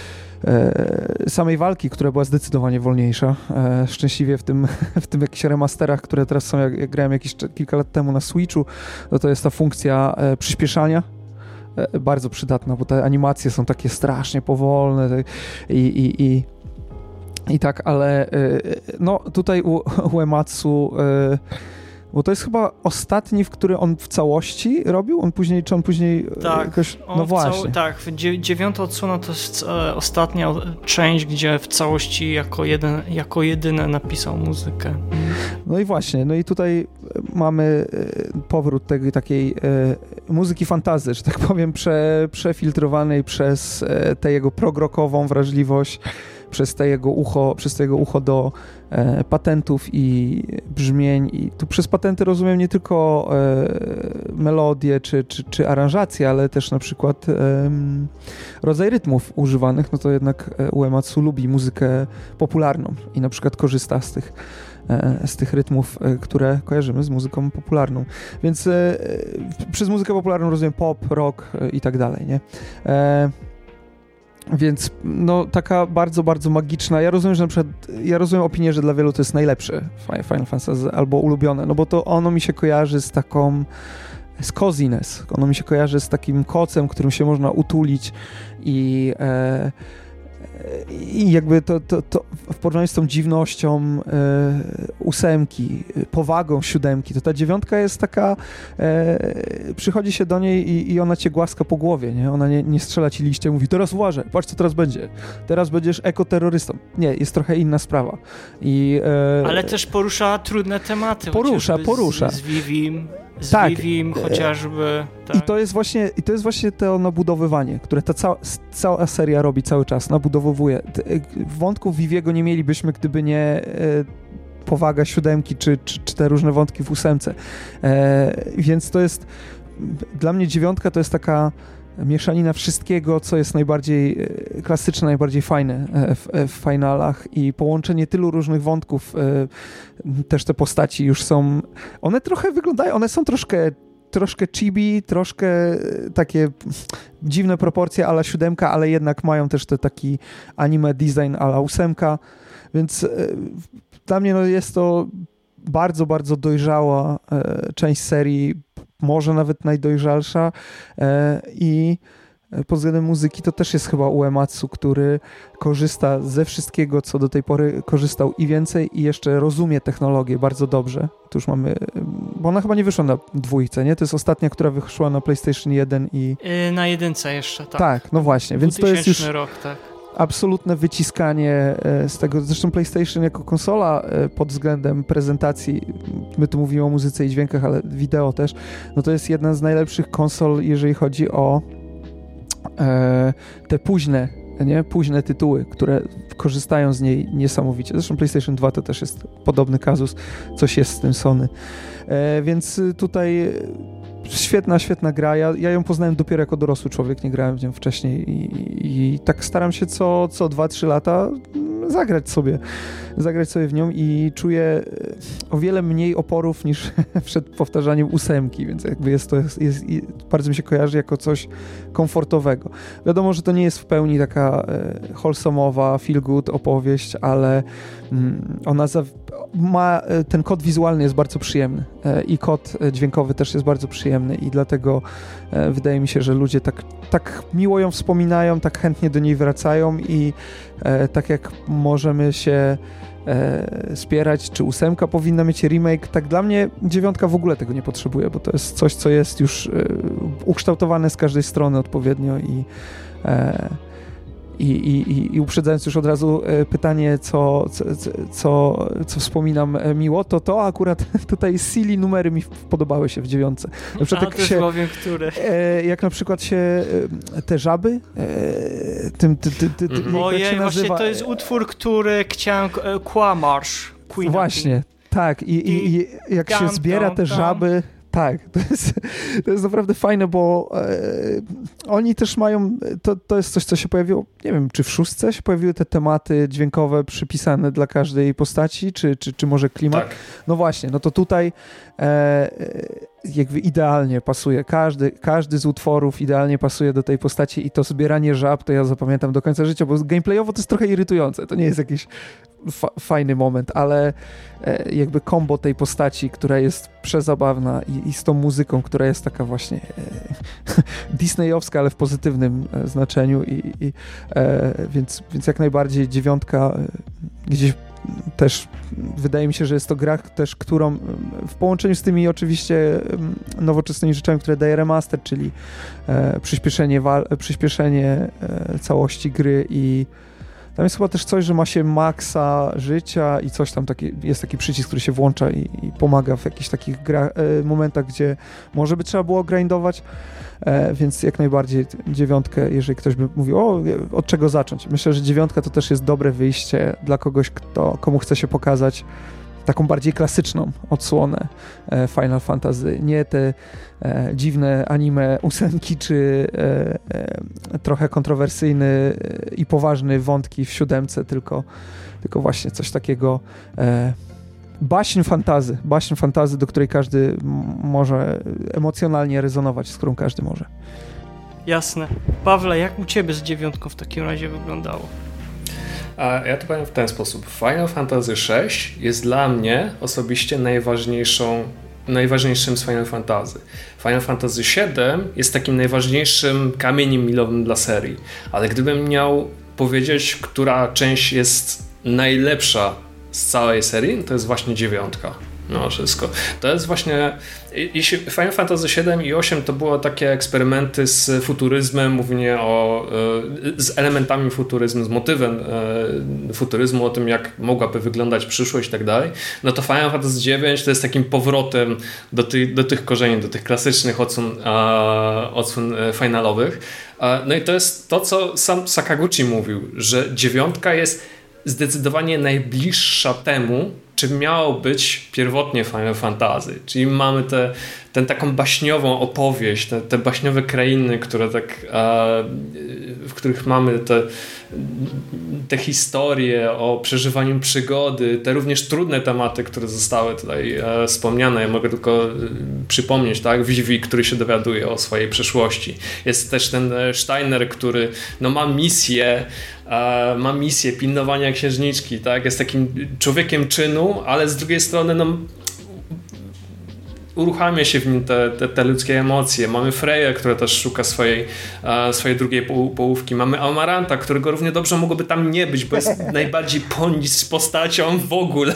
e, samej walki, która była zdecydowanie wolniejsza. E, szczęśliwie w tym, w tym jakichś remasterach, które teraz są, jak, jak grałem jakieś kilka lat temu na Switchu, no to jest ta funkcja e, przyspieszania. Bardzo przydatna, bo te animacje są takie strasznie powolne i, i, i, i tak, ale no tutaj u Uematsu, bo to jest chyba ostatni, w który on w całości robił, on później, czy on później tak, jakoś, no on właśnie. Cał, tak, dziewiąta odsłona to jest e, ostatnia część, gdzie w całości jako, jeden, jako jedyne napisał muzykę. No i właśnie, no i tutaj mamy powrót tej takiej e, muzyki fantazy, że tak powiem, prze, przefiltrowanej przez e, tę jego prog-rockową wrażliwość, przez te jego ucho, przez te jego ucho do e, patentów i brzmień. I tu przez patenty rozumiem nie tylko e, melodie czy, czy, czy aranżacje, ale też na przykład e, rodzaj rytmów używanych. No to jednak Uematsu lubi muzykę popularną i na przykład korzysta z tych z tych rytmów, które kojarzymy z muzyką popularną. Więc e, przez muzykę popularną rozumiem pop, rock i tak dalej, nie? E, Więc no taka bardzo, bardzo magiczna. Ja rozumiem, że na przykład, ja rozumiem opinię, że dla wielu to jest najlepsze Final Fantasy albo ulubione, no bo to ono mi się kojarzy z taką z coziness. Ono mi się kojarzy z takim kocem, którym się można utulić i e, i jakby to, to, to w porównaniu z tą dziwnością e, ósemki, powagą siódemki, to ta dziewiątka jest taka, e, przychodzi się do niej i, i ona cię głaska po głowie, nie? Ona nie, nie strzela ci liście, mówi teraz uważaj, patrz co teraz będzie, teraz będziesz ekoterrorystą. Nie, jest trochę inna sprawa. I, e, ale też porusza trudne tematy. Porusza, porusza. Z, z Vivim. Z tak. Vivim chociażby. Tak. I to jest właśnie, i to jest właśnie to nabudowywanie, które ta cała, cała seria robi cały czas, nabudowuje. Wątków Viviego nie mielibyśmy, gdyby nie e, powaga siódemki, czy, czy, czy te różne wątki w ósemce. E, więc to jest, dla mnie dziewiątka to jest taka mieszanina wszystkiego, co jest najbardziej klasyczne, najbardziej fajne w, w finalach i połączenie tylu różnych wątków. Też te postaci już są, one trochę wyglądają, one są troszkę troszkę chibi, troszkę takie dziwne proporcje a la siódemka, ale jednak mają też te taki anime design a la ósemka, więc dla mnie no jest to bardzo, bardzo dojrzała część serii, może nawet najdojrzalsza i pod względem muzyki to też jest chyba Uematsu, który korzysta ze wszystkiego, co do tej pory korzystał i więcej i jeszcze rozumie technologię bardzo dobrze. Tu już mamy, bo ona chyba nie wyszła na dwójce, nie? To jest ostatnia, która wyszła na PlayStation jeden i... Yy, na jedynce jeszcze, tak. Tak, no właśnie, więc to jest już rok, tak. absolutne wyciskanie z tego. Zresztą PlayStation jako konsola pod względem prezentacji, my tu mówimy o muzyce i dźwiękach, ale wideo też, no to jest jedna z najlepszych konsol, jeżeli chodzi o e, te późne, nie? Późne tytuły, które korzystają z niej niesamowicie. Zresztą PlayStation dwa to też jest podobny kazus, coś jest z tym Sony. E, więc tutaj świetna, świetna gra. Ja, ja ją poznałem dopiero jako dorosły człowiek, nie grałem w nią wcześniej i, i, i tak staram się co, co dwa trzy lata zagrać sobie, zagrać sobie w nią i czuję o wiele mniej oporów niż przed powtarzaniem ósemki, więc jakby jest to, jest, jest, bardzo mi się kojarzy jako coś komfortowego. Wiadomo, że to nie jest w pełni taka e, wholesome'owa, feel good opowieść, ale mm, ona za, ma, ten kod wizualny jest bardzo przyjemny e, i kod dźwiękowy też jest bardzo przyjemny i dlatego e, wydaje mi się, że ludzie tak, tak miło ją wspominają, tak chętnie do niej wracają i e, tak jak możemy się e, spierać, czy ósemka powinna mieć remake, tak dla mnie dziewiątka w ogóle tego nie potrzebuje, bo to jest coś, co jest już e, ukształtowane z każdej strony odpowiednio i, e, I, i, i uprzedzając już od razu pytanie, co, co, co, co wspominam miło, to to akurat tutaj silly numery mi podobały się w dziewiątce. Na przykład, A, też się, powiem, które. Jak na przykład się te żaby, tym, ty, ty, ty, mm-hmm. Ojej, właśnie to jest utwór, który chciałem, Kłamarsz. Właśnie, tak. I, i, i jak się zbiera te żaby... Tak, to jest, to jest naprawdę fajne, bo e, oni też mają, to, to jest coś, co się pojawiło, nie wiem, czy w szóstce się pojawiły te tematy dźwiękowe przypisane dla każdej postaci, czy, czy, czy może klimat? Tak. No właśnie, no to tutaj e, jakby idealnie pasuje, każdy, każdy z utworów idealnie pasuje do tej postaci i to zbieranie żab, to ja zapamiętam do końca życia, bo gameplayowo to jest trochę irytujące, to nie jest jakiś fa- fajny moment, ale e, jakby kombo tej postaci, która jest przezabawna i, i z tą muzyką, która jest taka właśnie e, disneyowska, ale w pozytywnym e, znaczeniu i, i e, więc, więc jak najbardziej dziewiątka e, gdzieś też wydaje mi się, że jest to gra też, którą w połączeniu z tymi oczywiście nowoczesnymi rzeczami, które daje remaster, czyli e, przyspieszenie, wal, przyspieszenie e, całości gry i tam jest chyba też coś, że ma się maksa życia i coś tam, taki, jest taki przycisk, który się włącza i, i pomaga w jakichś takich gra, e, momentach, gdzie może by trzeba było grindować, e, więc jak najbardziej dziewiątkę, jeżeli ktoś by mówił, o, od czego zacząć? Myślę, że dziewiątka to też jest dobre wyjście dla kogoś, kto, komu chce się pokazać taką bardziej klasyczną odsłonę e, Final Fantasy, nie te e, dziwne anime ósemki, czy e, e, trochę kontrowersyjny e, i poważny wątki w siódemce, tylko, tylko właśnie coś takiego e, baśń fantazy, baśń fantazy, do której każdy m- może emocjonalnie rezonować, z którą każdy może. Jasne. Pawle, jak u ciebie z dziewiątką w takim razie wyglądało? A ja to powiem w ten sposób. Final Fantasy sześć jest dla mnie osobiście najważniejszą, najważniejszym z Final Fantasy. Final Fantasy siedem jest takim najważniejszym kamieniem milowym dla serii. Ale gdybym miał powiedzieć, która część jest najlepsza z całej serii, to jest właśnie dziewiątka. No wszystko. To jest właśnie, jeśli Final Fantasy siedem i osiem to było takie eksperymenty z futuryzmem, mówienie o, z elementami futuryzmu, z motywem futuryzmu, o tym jak mogłaby wyglądać przyszłość i tak dalej, no to Final Fantasy dziewięć to jest takim powrotem do, ty, do tych korzeni, do tych klasycznych odsłon, odsłon finalowych. No i to jest to, co sam Sakaguchi mówił, że dziewiątka jest zdecydowanie najbliższa temu, czym miało być pierwotnie Final Fantasy. Czyli mamy tę te, taką baśniową opowieść, te, te baśniowe krainy, które tak, e, w których mamy te, te historie o przeżywaniu przygody, te również trudne tematy, które zostały tutaj e, wspomniane. Ja mogę tylko e, przypomnieć, tak? Vivi, który się dowiaduje o swojej przeszłości. Jest też ten Steiner, który no, ma misję ma misję pilnowania księżniczki, tak? Jest takim człowiekiem czynu, ale z drugiej strony no, uruchamia się w nim te, te, te ludzkie emocje. Mamy Freję, która też szuka swojej, swojej drugiej połówki. Mamy Amaranta, którego równie dobrze mogłoby tam nie być, bo jest najbardziej poniż postacią w ogóle.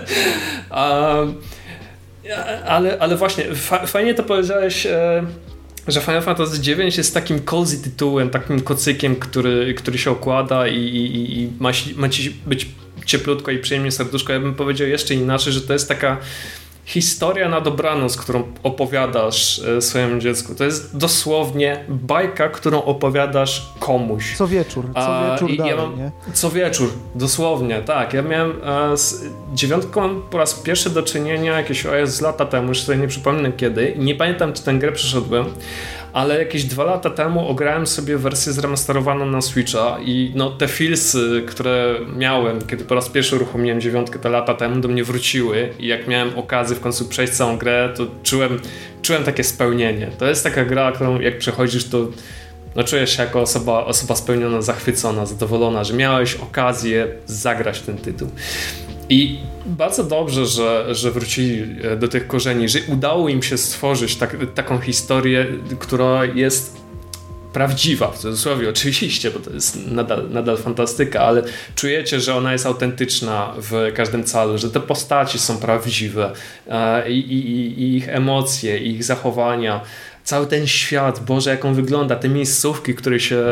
ale, ale właśnie, fa- fajnie to powiedziałeś, że Final Fantasy dziewięć jest takim cozy tytułem, takim kocykiem, który, który się okłada i, i, i ma, ma ci być cieplutko i przyjemnie serduszko. Ja bym powiedział jeszcze inaczej, że to jest taka historia na dobranoc, którą opowiadasz swojemu dziecku. To jest dosłownie bajka, którą opowiadasz komuś. Co wieczór, co wieczór A, dalej, ja mam, nie? Co wieczór, dosłownie, tak. Ja miałem a, z dziewiątką po raz pierwszy do czynienia jakieś o jest lata temu, już sobie nie przypominam kiedy i nie pamiętam, czy tę grę przeszedłem, ale jakieś dwa lata temu ograłem sobie wersję zremasterowaną na Switcha i no te feelsy, które miałem, kiedy po raz pierwszy uruchomiłem dziewiątkę te lata temu, do mnie wróciły i jak miałem okazję w końcu przejść całą grę, to czułem, czułem takie spełnienie. To jest taka gra, którą jak przechodzisz, to no czujesz się jako osoba, osoba spełniona, zachwycona, zadowolona, że miałeś okazję zagrać ten tytuł. I bardzo dobrze, że, że wrócili do tych korzeni, że udało im się stworzyć tak, taką historię, która jest prawdziwa, w cudzysłowie oczywiście, bo to jest nadal, nadal fantastyka, ale czujecie, że ona jest autentyczna w każdym calu, że te postaci są prawdziwe i, i, i ich emocje, i ich zachowania cały ten świat, Boże, jak on wygląda, te miejscówki, które się,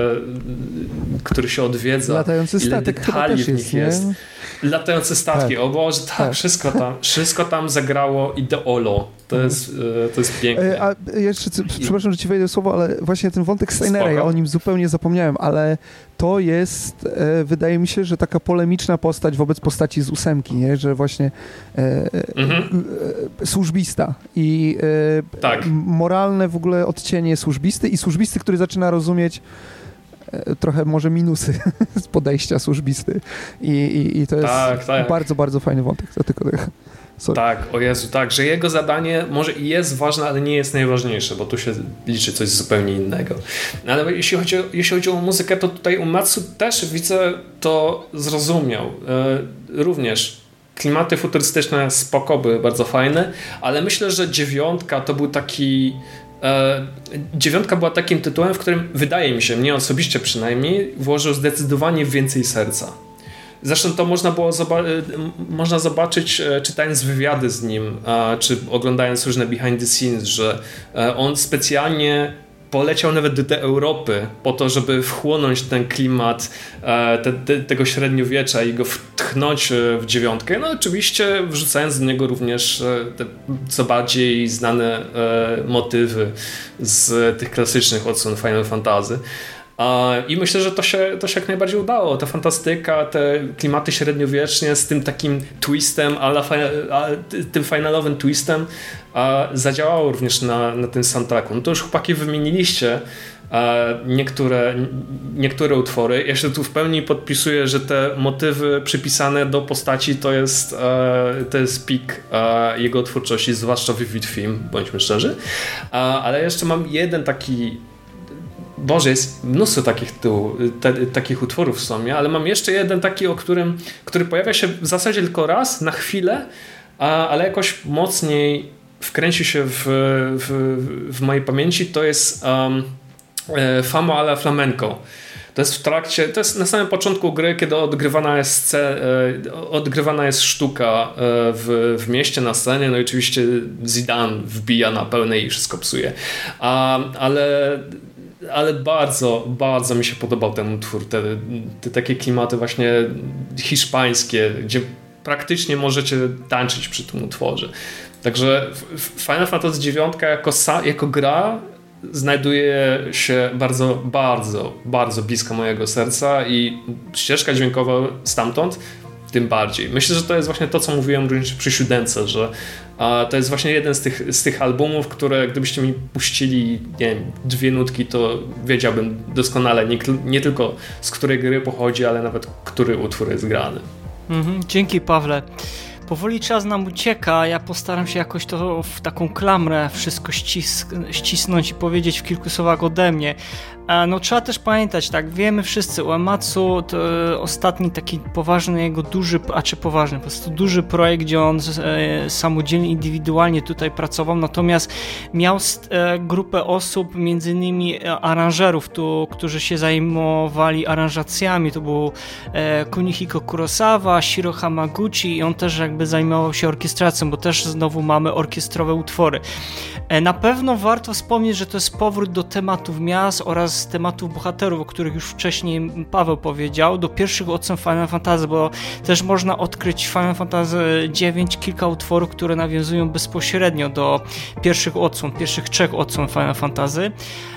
które się odwiedza. Latający statek chyba też jest, nie? jest. Latające statki, tak. O Boże, tak, tak. Wszystko tam, wszystko tam zagrało ideolo. To mhm. jest, to jest piękne. A jeszcze, przepraszam, że ci wejdę słowo, ale właśnie ten wątek Steinera, ja o nim zupełnie zapomniałem, ale to jest, wydaje mi się, że taka polemiczna postać wobec postaci z ósemki, nie? Że właśnie e, mhm. e, służbista i e, tak. moralne w ogóle odcienie służbisty i służbisty, który zaczyna rozumieć e, trochę może minusy z podejścia służbisty i, i, i to jest tak, tak. bardzo, bardzo fajny wątek. To tylko Sorry. Tak, o Jezu, tak, że jego zadanie może i jest ważne, ale nie jest najważniejsze, bo tu się liczy coś zupełnie innego. Ale jeśli chodzi o, jeśli chodzi o muzykę, to tutaj Uematsu też widzę to zrozumiał. E, również klimaty futurystyczne spoko, były bardzo fajne, ale myślę, że dziewiątka to był taki... E, dziewiątka była takim tytułem, w którym wydaje mi się, mnie osobiście przynajmniej, włożył zdecydowanie więcej serca. Zresztą to można było zoba- można zobaczyć, czytając wywiady z nim, czy oglądając różne behind the scenes, że on specjalnie poleciał nawet do tej Europy po to, żeby wchłonąć ten klimat te, te, tego średniowiecza i go wtchnąć w dziewiątkę. No oczywiście wrzucając do niego również te co bardziej znane motywy z tych klasycznych odsłon Final Fantasy. I myślę, że to się, to się jak najbardziej udało. Ta fantastyka, te klimaty średniowieczne z tym takim twistem, ale tym finalowym twistem zadziałało również na, na tym soundtracku. No to już chłopaki wymieniliście niektóre, niektóre utwory. Ja się tu w pełni podpisuję, że te motywy przypisane do postaci to jest, to jest pik jego twórczości, zwłaszcza Vivid Film, bądźmy szczerzy. Ale jeszcze mam jeden taki Boże, jest mnóstwo takich, tyłu, te, takich utworów w sumie, ale mam jeszcze jeden taki, o którym, który pojawia się w zasadzie tylko raz, na chwilę, a, ale jakoś mocniej wkręcił się w, w, w mojej pamięci. To jest um, Famo alla Flamenco. To jest w trakcie, to jest na samym początku gry, kiedy odgrywana jest, sce, odgrywana jest sztuka w, w mieście, na scenie, no i oczywiście Zidane wbija na pełnej i wszystko psuje. A, ale ale bardzo, bardzo mi się podobał ten utwór, te, te takie klimaty właśnie hiszpańskie, gdzie praktycznie możecie tańczyć przy tym utworze. Także Final Fantasy dziewięć jako, jako gra znajduje się bardzo, bardzo, bardzo blisko mojego serca i ścieżka dźwiękowa stamtąd tym bardziej. Myślę, że to jest właśnie to, co mówiłem również przy siódemce, że a, to jest właśnie jeden z tych, z tych albumów, które gdybyście mi puścili, nie wiem, dwie nutki, to wiedziałbym doskonale nie, nie tylko z której gry pochodzi, ale nawet który utwór jest grany. Mhm, dzięki, Pawle. Powoli czas nam ucieka, ja postaram się jakoś to w taką klamrę wszystko ścisk- ścisnąć i powiedzieć w kilku słowach ode mnie. No trzeba też pamiętać, tak, wiemy wszyscy, Uematsu to ostatni taki poważny jego duży, a czy poważny, po prostu duży projekt, gdzie on e, samodzielnie, indywidualnie tutaj pracował, natomiast miał e, grupę osób, między innymi aranżerów, tu, którzy się zajmowali aranżacjami, to był e, Kunihiko Kurosawa, Shiro Hamaguchi i on też jakby zajmował się orkiestracją, bo też znowu mamy orkiestrowe utwory. E, na pewno warto wspomnieć, że to jest powrót do tematów miast oraz z tematów bohaterów, o których już wcześniej Paweł powiedział, do pierwszych odsłon Final Fantasy, bo też można odkryć w Final Fantasy dziewięć kilka utworów, które nawiązują bezpośrednio do pierwszych odsłon, pierwszych trzech odsłon Final Fantasy.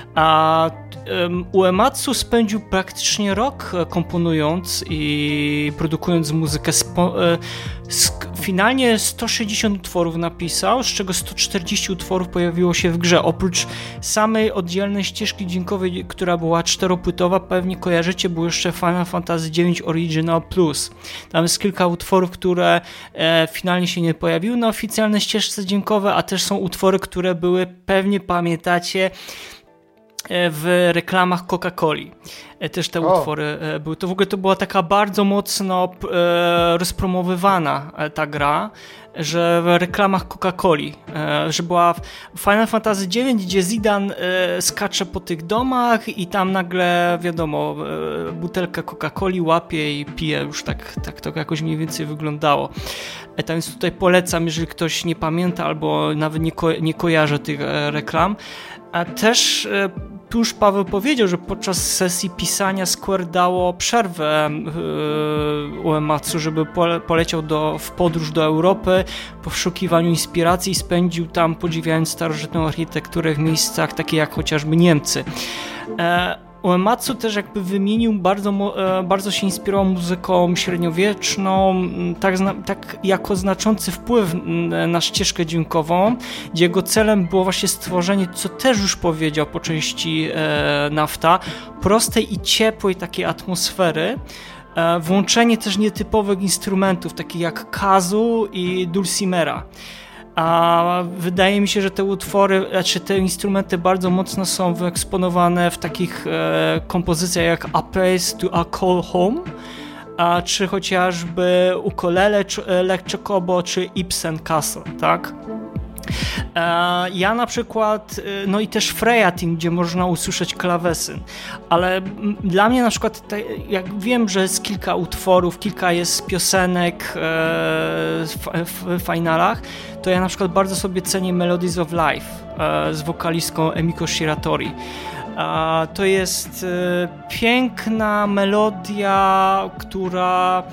A um, Uematsu spędził praktycznie rok komponując i produkując muzykę. Spo, e, sk- finalnie sto sześćdziesiąt utworów napisał, z czego sto czterdzieści utworów pojawiło się w grze. Oprócz samej oddzielnej ścieżki dźwiękowej, która była czteropłytowa, pewnie kojarzycie, był jeszcze Final Fantasy dziewięć Original Plus. Tam jest kilka utworów, które e, finalnie się nie pojawiły na oficjalnej ścieżce dźwiękowej, a też są utwory, które były, pewnie pamiętacie, w reklamach Coca-Coli. Też te o. utwory były. To w ogóle to była taka bardzo mocno e, rozpromowywana ta gra, że w reklamach Coca-Coli, e, że była w Final Fantasy dziewięć, gdzie Zidane e, skacze po tych domach i tam nagle, wiadomo, e, butelkę Coca-Coli łapie i pije. Już tak, tak to jakoś mniej więcej wyglądało. E, tak więc tutaj polecam, jeżeli ktoś nie pamięta albo nawet nie, ko- nie kojarzy tych e, reklam. A też tu już Paweł powiedział, że podczas sesji pisania Square dało przerwę Uematsu, żeby poleciał do, w podróż do Europy po poszukiwaniu inspiracji i spędził tam, podziwiając starożytną architekturę w miejscach takich jak chociażby Niemcy. Uematsu też jakby wymienił, bardzo, bardzo się inspirował muzyką średniowieczną, tak, tak jako znaczący wpływ na ścieżkę dźwiękową, gdzie jego celem było właśnie stworzenie, co też już powiedział po części e, Nafta, prostej i ciepłej takiej atmosfery, e, włączenie też nietypowych instrumentów, takich jak kazu i dulcimera. A wydaje mi się, że te utwory, znaczy te instrumenty bardzo mocno są wyeksponowane w takich e, kompozycjach jak A Place to a Call Home, a, czy chociażby Ukulele, czy, e, Lek Chocobo, czy Ibsen Castle, tak? E, ja na przykład, e, no i też Freya Team, gdzie można usłyszeć klawesyn, ale m, dla mnie na przykład, te, jak wiem, że jest kilka utworów, kilka jest piosenek e, w, w finalach, to ja na przykład bardzo sobie cenię Melodies of Life e, z wokalistką Emiko Shiratori. E, to jest e, piękna melodia, która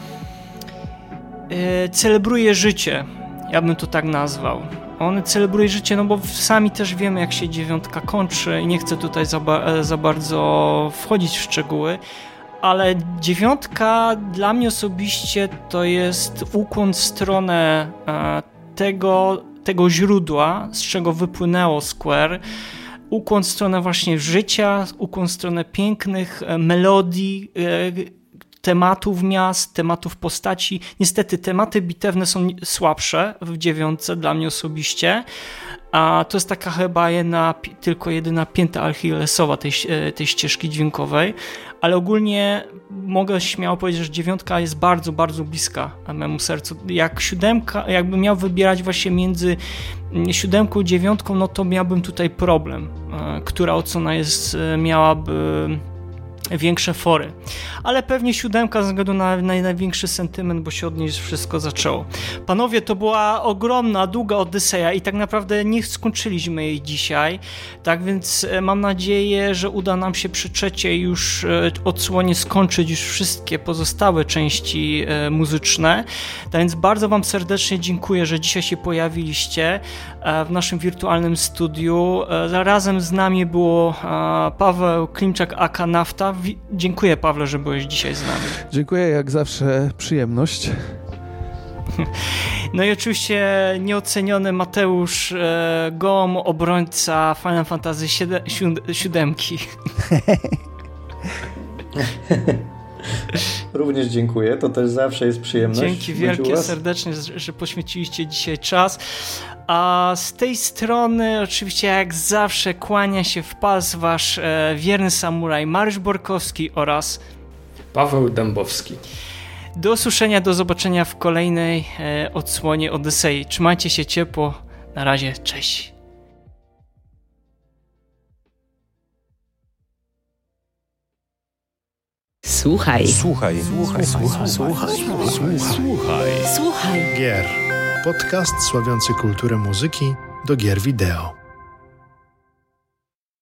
e, celebruje życie, ja bym to tak nazwał. On celebruje życie, no bo sami też wiemy, jak się dziewiątka kończy i nie chcę tutaj za, ba- za bardzo wchodzić w szczegóły, ale dziewiątka dla mnie osobiście to jest ukłon w stronę e, tego, tego źródła, z czego wypłynęło Square, ukłon w stronę właśnie życia, ukłon w stronę pięknych e, melodii, e, tematów miast, tematów postaci. Niestety tematy bitewne są słabsze w dziewiątce dla mnie osobiście, a to jest taka chyba jedna, tylko jedyna pięta achillesowa tej, tej ścieżki dźwiękowej, ale ogólnie mogę śmiało powiedzieć, że dziewiątka jest bardzo, bardzo bliska memu sercu. Jak siódemka, jakbym miał wybierać właśnie między siódemką i dziewiątką, no to miałbym tutaj problem, która odsłona jest, miałaby większe fory, ale pewnie siódemka ze względu na największy sentyment, bo się od niej wszystko zaczęło. Panowie, to była ogromna, długa odyseja i tak naprawdę nie skończyliśmy jej dzisiaj, tak więc mam nadzieję, że uda nam się przy trzeciej już odsłonie skończyć już wszystkie pozostałe części muzyczne, tak więc bardzo wam serdecznie dziękuję, że dzisiaj się pojawiliście w naszym wirtualnym studiu. Razem z nami było Paweł Klimczak aka Nafta. Dziękuję, Pawle, że byłeś dzisiaj z nami. Dziękuję, jak zawsze przyjemność. No i oczywiście nieoceniony Mateusz e, Gom, obrońca Final Fantasy siedem. Również dziękuję, to też zawsze jest przyjemność. Dzięki wielkie, serdecznie, że poświęciliście dzisiaj czas. A z tej strony oczywiście jak zawsze kłania się w pas wasz e, wierny samuraj Mariusz Borkowski oraz Paweł Dębowski. Do usłyszenia, do zobaczenia w kolejnej e, odsłonie Odysei. Trzymajcie się ciepło. Na razie, cześć. Słuchaj. Słuchaj. Słuchaj. Słuchaj. Słuchaj. Słuchaj. Słuchaj. Słuchaj. Gier. Podcast sławiący kulturę muzyki do gier wideo.